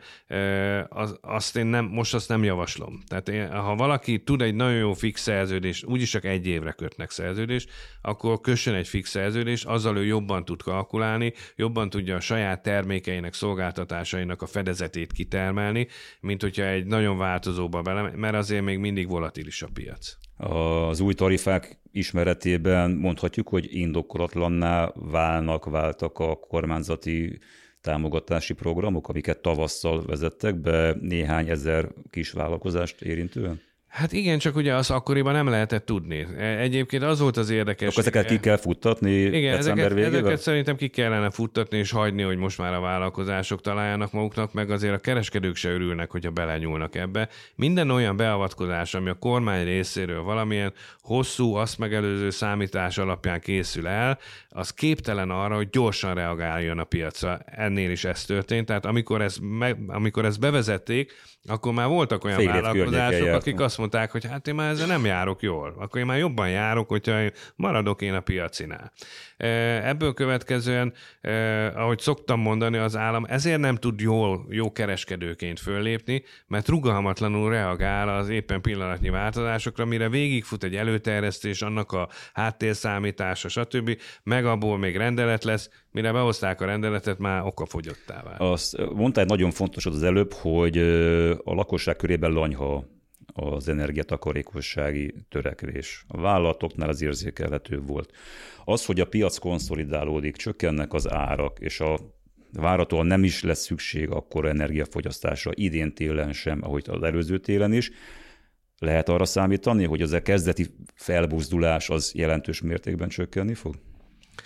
azt én most nem javaslom. Tehát ha valaki tud egy nagyon jó fix szerződést, úgyis csak 1 évre kötnek szerződést, akkor kössön egy fix szerződést, azzal ő jobban tud kalkulálni, jobban tudja a saját termékeinek, szolgáltatásainak a fedezetét kitermelni, mint hogyha egy nagyon változóba bele, mert azért még mindig volatilis a piac. Az új tarifák ismeretében mondhatjuk, hogy indokolatlanná váltak a kormányzati támogatási programok, amiket tavasszal vezettek be néhány ezer kis vállalkozást érintően? Hát igen, csak ugye azt akkoriban nem lehetett tudni. Egyébként az volt az érdekes. Akkor ezeket ki kell futtatni december végével? Ezeket szerintem ki kellene futtatni és hagyni, hogy most már a vállalkozások találjanak maguknak, meg azért a kereskedők se örülnek, hogyha belenyúlnak ebbe. Minden olyan beavatkozás, ami a kormány részéről valamilyen hosszú, azt megelőző számítás alapján készül el, az képtelen arra, hogy gyorsan reagáljon a piacra. Ennél is ez történt. Tehát amikor ezt bevezették, akkor már voltak olyan vállalkozások, akik azt mondták, hogy hát én már ezzel nem járok jól. Akkor én már jobban járok, hogyha maradok én a piacinál. Ebből következően, ahogy szoktam mondani, az állam ezért nem tud jó kereskedőként föllépni, mert rugalmatlanul reagál az éppen pillanatnyi változásokra, mire végigfut egy előterjesztés, annak a háttérszámítása, stb., meg abból még rendelet lesz, mire behozták a rendeletet, már okafogyottá vált. Azt mondta egy nagyon fontosat az előbb, hogy a lakosság körében lanyha az energiatakarékossági törekvés. A vállalatoknál az érzékelhető volt. Az, hogy a piac konszolidálódik, csökkennek az árak, és a várhatóan nem is lesz szükség akkora energiafogyasztásra idén télen sem, ahogy az előző télen is, lehet arra számítani, hogy az a kezdeti felbuzdulás az jelentős mértékben csökkenni fog?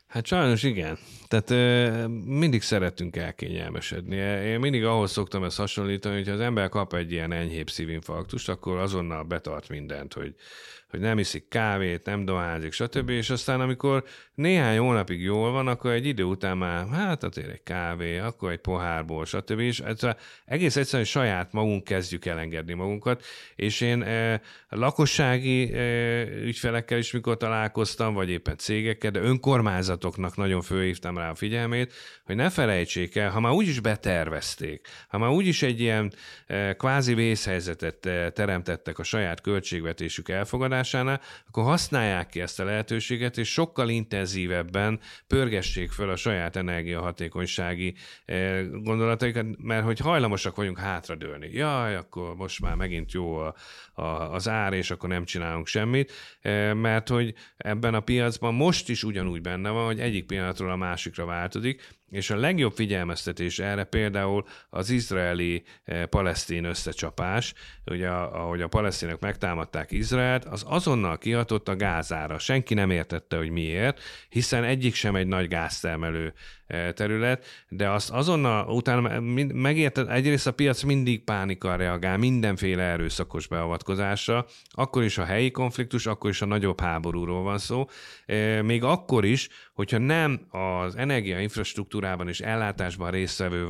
Hát sajnos igen. Tehát mindig szeretünk elkényelmesedni. Én mindig ahhoz szoktam ezt hasonlítani, hogy ha az ember kap egy ilyen enyhébb szívinfarktust, akkor azonnal betart mindent, hogy nem iszik kávét, nem dohányzik, stb. És aztán amikor néhány hónapig jól van, akkor egy idő után már, hát azért egy kávé, akkor egy pohárból, stb. És egész egyszerűen saját magunk kezdjük elengedni magunkat, és én lakossági ügyfelekkel is mikor találkoztam, vagy éppen cégekkel, de önkormányzatoknak nagyon fölhívtam rá a figyelmét, hogy ne felejtsék el, ha már úgyis betervezték, ha már úgyis egy ilyen kvázi vészhelyzetet teremtettek a saját költségvetésük elfogadásánál, akkor használják ki ezt a lehetőséget, és sokkal intenzívebben pörgessék föl a saját energiahatékonysági gondolataikat, mert hogy hajlamosak vagyunk hátradőlni. Jaj, akkor most már megint jó az ár, és akkor nem csinálunk semmit, mert hogy ebben a piacban most is ugyanúgy benne van, hogy egyik pillanatról a másikra változik, és a legjobb figyelmeztetés erre például az izraeli-palesztin összecsapás, ugye ahogy a palesztinok megtámadták Izraelt, az azonnal kihatott a gázára. Senki nem értette, hogy miért, hiszen egyik sem egy nagy gáztermelő terület, de azt azonnal utána megérted, egyrészt a piac mindig pánikkal reagál mindenféle erőszakos beavatkozásra, akkor is a helyi konfliktus, akkor is a nagyobb háborúról van szó, még akkor is, hogyha nem az energiainfrastruktúrában és ellátásban résztvevő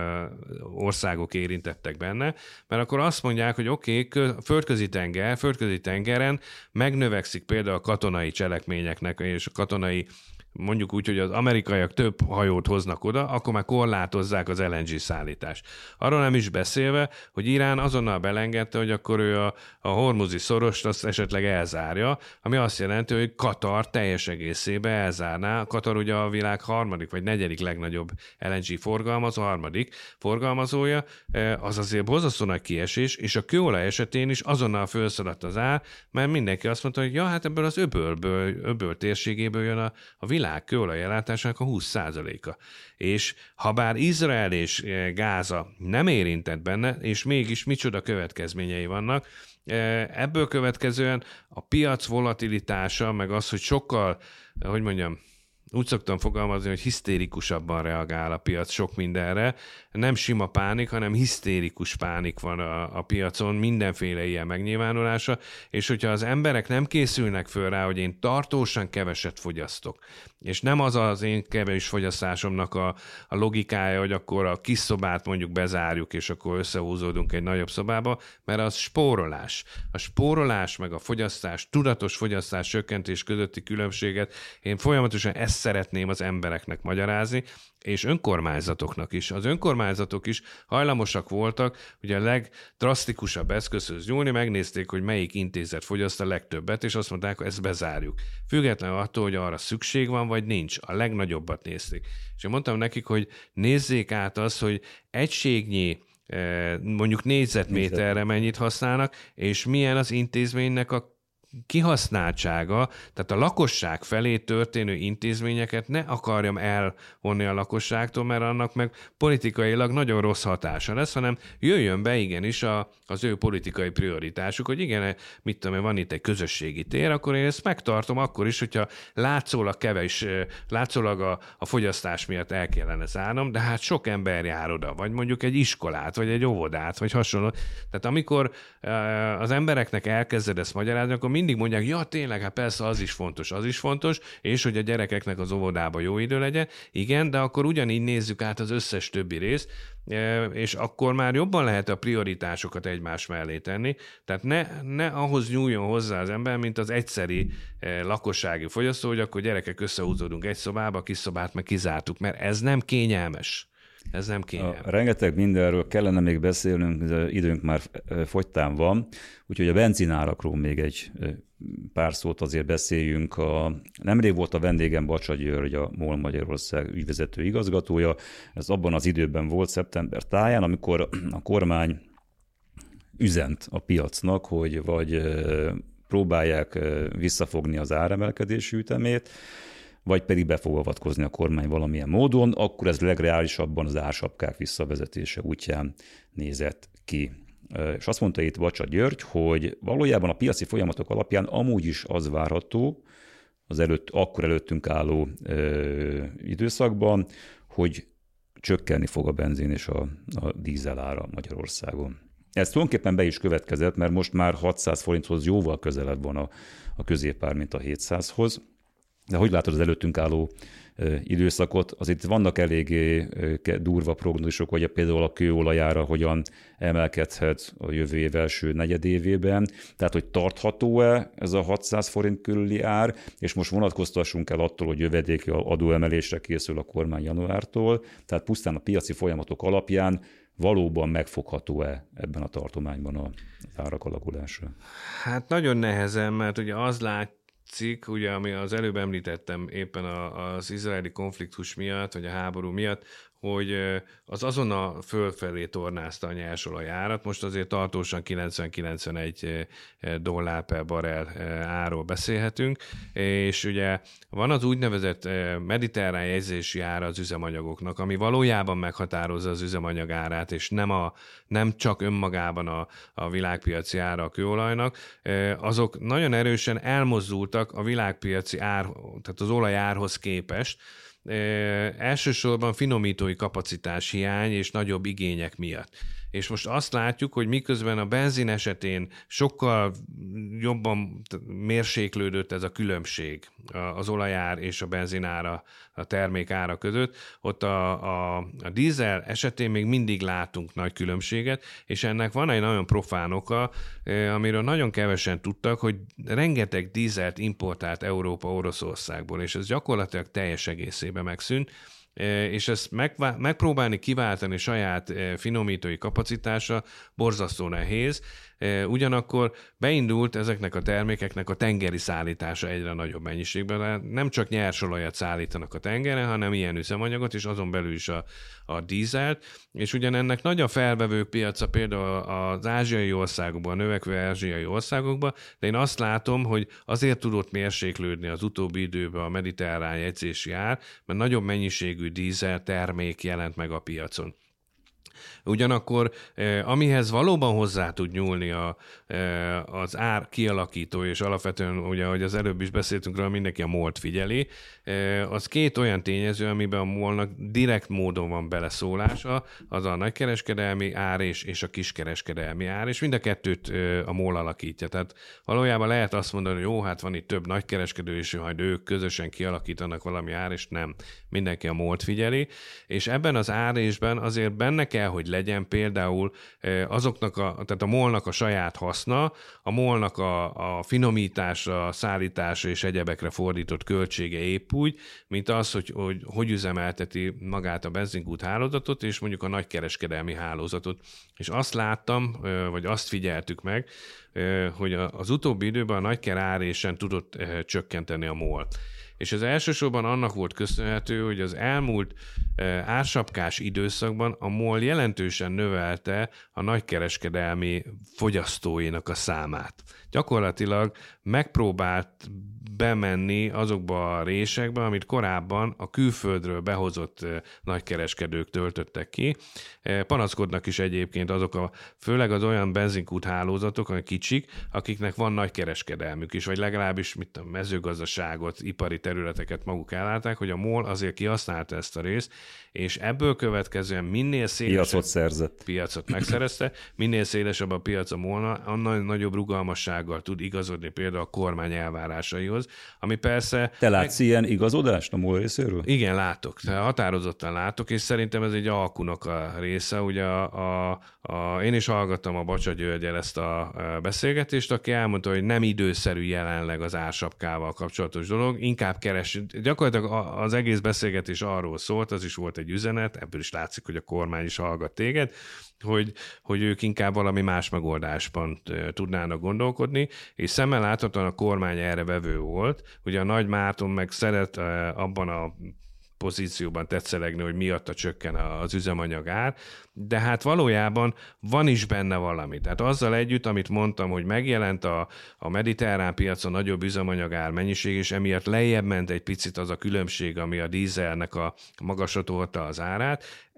országok érintettek benne, mert akkor azt mondják, hogy oké, földközi tengeren megnövekszik például a katonai cselekményeknek és a katonai, mondjuk úgy, hogy az amerikaiak több hajót hoznak oda, akkor már korlátozzák az LNG szállítást. Arról nem is beszélve, hogy Irán azonnal belengedte, hogy akkor ő a hormuzi szorost azt esetleg elzárja, ami azt jelenti, hogy Katar teljes egészében elzárná. Katar ugye a világ harmadik vagy negyedik legnagyobb LNG forgalmazója, az azért borzasztó nagy kiesés, és a kőolaj esetén is azonnal felszaladt az ár, mert mindenki azt mondta, hogy ja, hát ebből az öböl térségéből jön a világ kőolajellátásának a 20%-a. És ha bár Izrael és Gáza nem érintett benne, és mégis micsoda következményei vannak, ebből következően a piac volatilitása, meg az, hogy sokkal, hogy mondjam, úgy szoktam fogalmazni, hogy hisztérikusabban reagál a piac sok mindenre. Nem sima pánik, hanem hisztérikus pánik van a piacon, mindenféle ilyen megnyilvánulása, és hogyha az emberek nem készülnek föl rá, hogy én tartósan keveset fogyasztok, és nem az az én kevés fogyasztásomnak a logikája, hogy akkor a kis szobát mondjuk bezárjuk, és akkor összehúzódunk egy nagyobb szobába, mert az spórolás. A spórolás meg a fogyasztás, tudatos fogyasztás csökkentés közötti különbséget én folyamatosan ezt szeretném az embereknek magyarázni, és önkormányzatoknak is. Az önkormányzatok is hajlamosak voltak, ugye a legdrasztikusabb eszközhöz nyúlni, megnézték, hogy melyik intézet fogyaszt a legtöbbet, és azt mondták, hogy ezt bezárjuk. Függetlenül attól, hogy arra szükség van, vagy nincs. A legnagyobbat nézték. És én mondtam nekik, hogy nézzék át azt, hogy egységnyi mondjuk négyzetméterre mennyit használnak, és milyen az intézménynek a kihasználtsága, tehát a lakosság felé történő intézményeket ne akarjam elvonni a lakosságtól, mert annak meg politikailag nagyon rossz hatása lesz, hanem jöjjön be igenis az ő politikai prioritásuk, hogy igen, mit tudom én, van itt egy közösségi tér, akkor én ezt megtartom akkor is, hogyha látszólag a fogyasztás miatt el kellene zárnom, de hát sok ember jár oda, vagy mondjuk egy iskolát, vagy egy óvodát, vagy hasonló. Tehát amikor az embereknek elkezded ezt magyarázni, akkor mindig mondják, ja tényleg, hát persze az is fontos, és hogy a gyerekeknek az óvodába jó idő legyen. Igen, de akkor ugyanígy nézzük át az összes többi részt, és akkor már jobban lehet a prioritásokat egymás mellé tenni. Tehát ne ahhoz nyúljon hozzá az ember, mint az egyszeri lakossági fogyasztó, hogy akkor gyerekek összehúzódunk egy szobába, kis szobát meg kizártuk, mert ez nem kényelmes. Ez nem kényelmes. Rengeteg mindenről kellene még beszélnünk, de időnk már fogytán van, úgyhogy a benzinárakról még egy pár szót azért beszéljünk. Nemrég volt a vendégem Bacsa György, a MOL Magyarország ügyvezető igazgatója. Ez abban az időben volt, szeptember táján, amikor a kormány üzent a piacnak, hogy vagy próbálják visszafogni az áremelkedési ütemét, vagy pedig be fog avatkozni a kormány valamilyen módon, akkor ez legreálisabban az ársapkák visszavezetése útján nézett ki. És azt mondta itt Bacsa György, hogy valójában a piaci folyamatok alapján amúgy is az várható, akkor előttünk álló időszakban, hogy csökkenni fog a benzin és a dízel ára Magyarországon. Ez tulajdonképpen be is következett, mert most már 600 forinthoz jóval közelebb van a középár, mint a 700-hoz. De hogy látod az előttünk álló időszakot? Azért vannak eléggé durva prognózisok, hogy például a kőolajára hogyan emelkedhet a jövő év első negyedévében. Tehát, hogy tartható-e ez a 600 forint körüli ár, és most vonatkoztassunk el attól, hogy jövedéki adóemelésre készül a kormány januártól. Tehát pusztán a piaci folyamatok alapján valóban megfogható-e ebben a tartományban az árak alakulása? Hát nagyon nehezen, mert ugye az látszik, ugye, ami az előbb említettem éppen az izraeli konfliktus miatt, vagy a háború miatt, hogy az azonnal fölfelé tornázta a nyersolaj-árat. Most azért tartósan 90-91 dollár per barrel árról beszélhetünk, és ugye van az úgynevezett mediterrán jegyzési ára az üzemanyagoknak, ami valójában meghatározza az üzemanyag árát, és nem csak önmagában a világpiaci ára a kőolajnak. Azok nagyon erősen elmozdultak a világpiaci ár, tehát az olajárhoz képest, elsősorban finomítói kapacitás hiány és nagyobb igények miatt. És most azt látjuk, hogy miközben a benzin esetén sokkal jobban mérséklődött ez a különbség az olajár és a benzinára, a termék ára között, ott a dízel esetén még mindig látunk nagy különbséget, és ennek van egy nagyon profán oka, amiről nagyon kevesen tudtak, hogy rengeteg dízelt importált Európa Oroszországból, és ez gyakorlatilag teljes egészében megszűnt, és ezt megpróbálni kiváltani saját finomítói kapacitásra borzasztó nehéz, ugyanakkor beindult ezeknek a termékeknek a tengeri szállítása egyre nagyobb mennyiségben. Nem csak nyersolajat szállítanak a tengeren, hanem ilyen üzemanyagot, és azon belül is a dízelt, és ugyanennek nagy a felvevők piaca például az ázsiai országokban, a növekvő ázsiai országokban, de én azt látom, hogy azért tudott mérséklődni az utóbbi időben a mediterrán jegyzési ár, mert nagyobb mennyiségű dízel termék jelent meg a piacon. Ugyanakkor, amihez valóban hozzá tud nyúlni az ár kialakító, és alapvetően, ugye, ahogy az előbb is beszéltünk róla, mindenki a MOL-t figyeli, az két olyan tényező, amiben a MOL-nak direkt módon van beleszólása, az a nagykereskedelmi ár és a kiskereskedelmi ár, és mind a kettőt a MOL alakítja. Tehát valójában lehet azt mondani, hogy jó, hát van itt több nagykereskedő, és majd ők közösen kialakítanak valami ár, és nem. Mindenki a MOL-t figyeli, és ebben az árésben azért benne kell, hogy legyen például tehát a MOL-nak a saját haszna, a MOL-nak a finomításra, szállításra és egyebekre fordított költsége épp úgy, mint az, hogy üzemelteti magát a benzinkút hálózatot, és mondjuk a nagykereskedelmi hálózatot. És azt láttam, vagy azt figyeltük meg, hogy az utóbbi időben a nagyker árésen tudott csökkenteni a MOL. És ez elsősorban annak volt köszönhető, hogy az elmúlt ársapkás időszakban a MOL jelentősen növelte a nagykereskedelmi fogyasztóinak a számát. Gyakorlatilag megpróbált bemenni azokba a résekbe, amit korábban a külföldről behozott nagykereskedők töltöttek ki. Panaszkodnak is egyébként főleg az olyan benzinkút hálózatok, olyan kicsik, akiknek van nagy kereskedelmük is, vagy legalábbis mezőgazdaságot, ipari területeket maguk ellátták, hogy a MOL azért kihasználta ezt a részt, és ebből következően minél szélesebb piacot megszerezte, minél szélesebb a piac a MOL-nál, annál nagyobb rugalmassággal tud igazodni például a kormány elvárásaihoz, ami persze... Te látsz ilyen igazodást a MOL részéről? Igen, látok. Határozottan látok, és szerintem ez egy alkunak a része. Ugye én is hallgattam a Bacsa Györgyel ezt a beszélgetést, aki elmondta, hogy nem időszerű jelenleg az ársapkával kapcsolatos dolog, inkább gyakorlatilag az egész beszélgetés arról szólt, az is volt egy üzenet, ebből is látszik, hogy a kormány is hallgat téged, hogy ők inkább valami más megoldásban tudnának gondolkodni, és szemmel láthatóan a kormány erre vevő volt. Ugye a Nagy Márton meg szeret abban a pozícióban tetszelegni, hogy miatta csökken az üzemanyag ár, de hát valójában van is benne valami. Tehát azzal együtt, amit mondtam, hogy megjelent a mediterrán piacon nagyobb üzemanyag ár mennyiség, és emiatt lejjebb ment egy picit az a különbség, ami a dízelnek a magasra tolta az árát.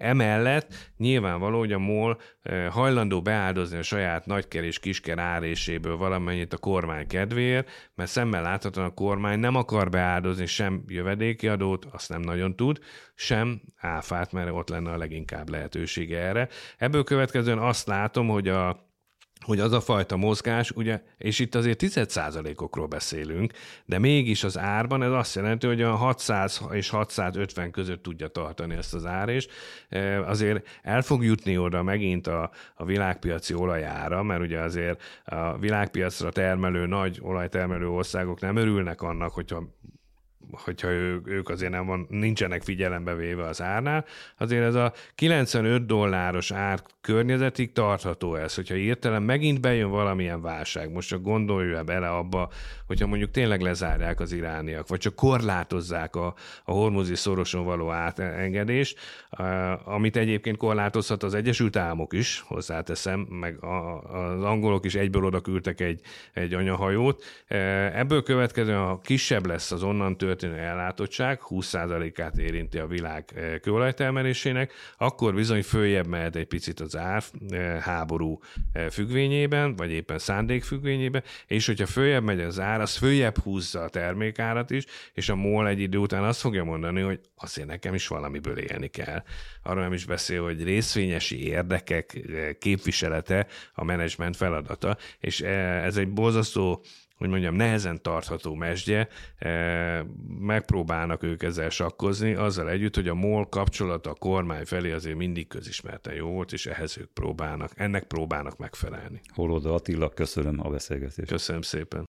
Emellett nyilvánvaló, hogy a MOL hajlandó beáldozni a saját nagyker és kisker áréséből valamennyit a kormány kedvéért, mert szemmel láthatóan a kormány nem akar beáldozni sem jövedéki adót, azt nem nagyon tud, sem áfát, mert ott lenne a leginkább lehetősége erre. Ebből következően azt látom, hogy az a fajta mozgás, ugye, és itt azért 10%-okról beszélünk, de mégis az árban ez azt jelenti, hogy a 600 és 650 között tudja tartani ezt az árést. Azért el fog jutni oda megint a világpiaci olajára, mert ugye azért a világpiacra termelő, nagy olajtermelő országok nem örülnek annak, hogyha ők azért nincsenek figyelembe véve az árnál, azért ez a $95 ár környezetig tartható ez, hogyha hirtelen megint bejön valamilyen válság, most csak gondolj bele abba, hogyha mondjuk tényleg lezárják az irániak, vagy csak korlátozzák a hormuzi szoroson való átengedést, amit egyébként korlátozhat az Egyesült Államok is, hozzáteszem, meg az angolok is egyből oda küldtek egy anyahajót. Ebből következően, ha kisebb lesz az onnan történő ellátottság, 20%-át érinti a világ kőolajtermelésének, akkor bizony följebb mehet egy picit az ár háború függvényében, vagy éppen szándék függvényében, és hogyha följebb megy az ár, az följebb húzza a termékárat is, és a MOL egy idő után azt fogja mondani, hogy azért nekem is valamiből élni kell. Arról nem is beszél, hogy részvényesi érdekek képviselete a menedzsment feladata, és ez egy borzasztó, hogy mondjam, nehezen tartható mesdje, megpróbálnak ők ezzel sakkozni, azzal együtt, hogy a MOL kapcsolata a kormány felé azért mindig közismerten jó volt, és ennek próbálnak megfelelni. Holoda Attila, köszönöm a beszélgetést. Köszönöm szépen.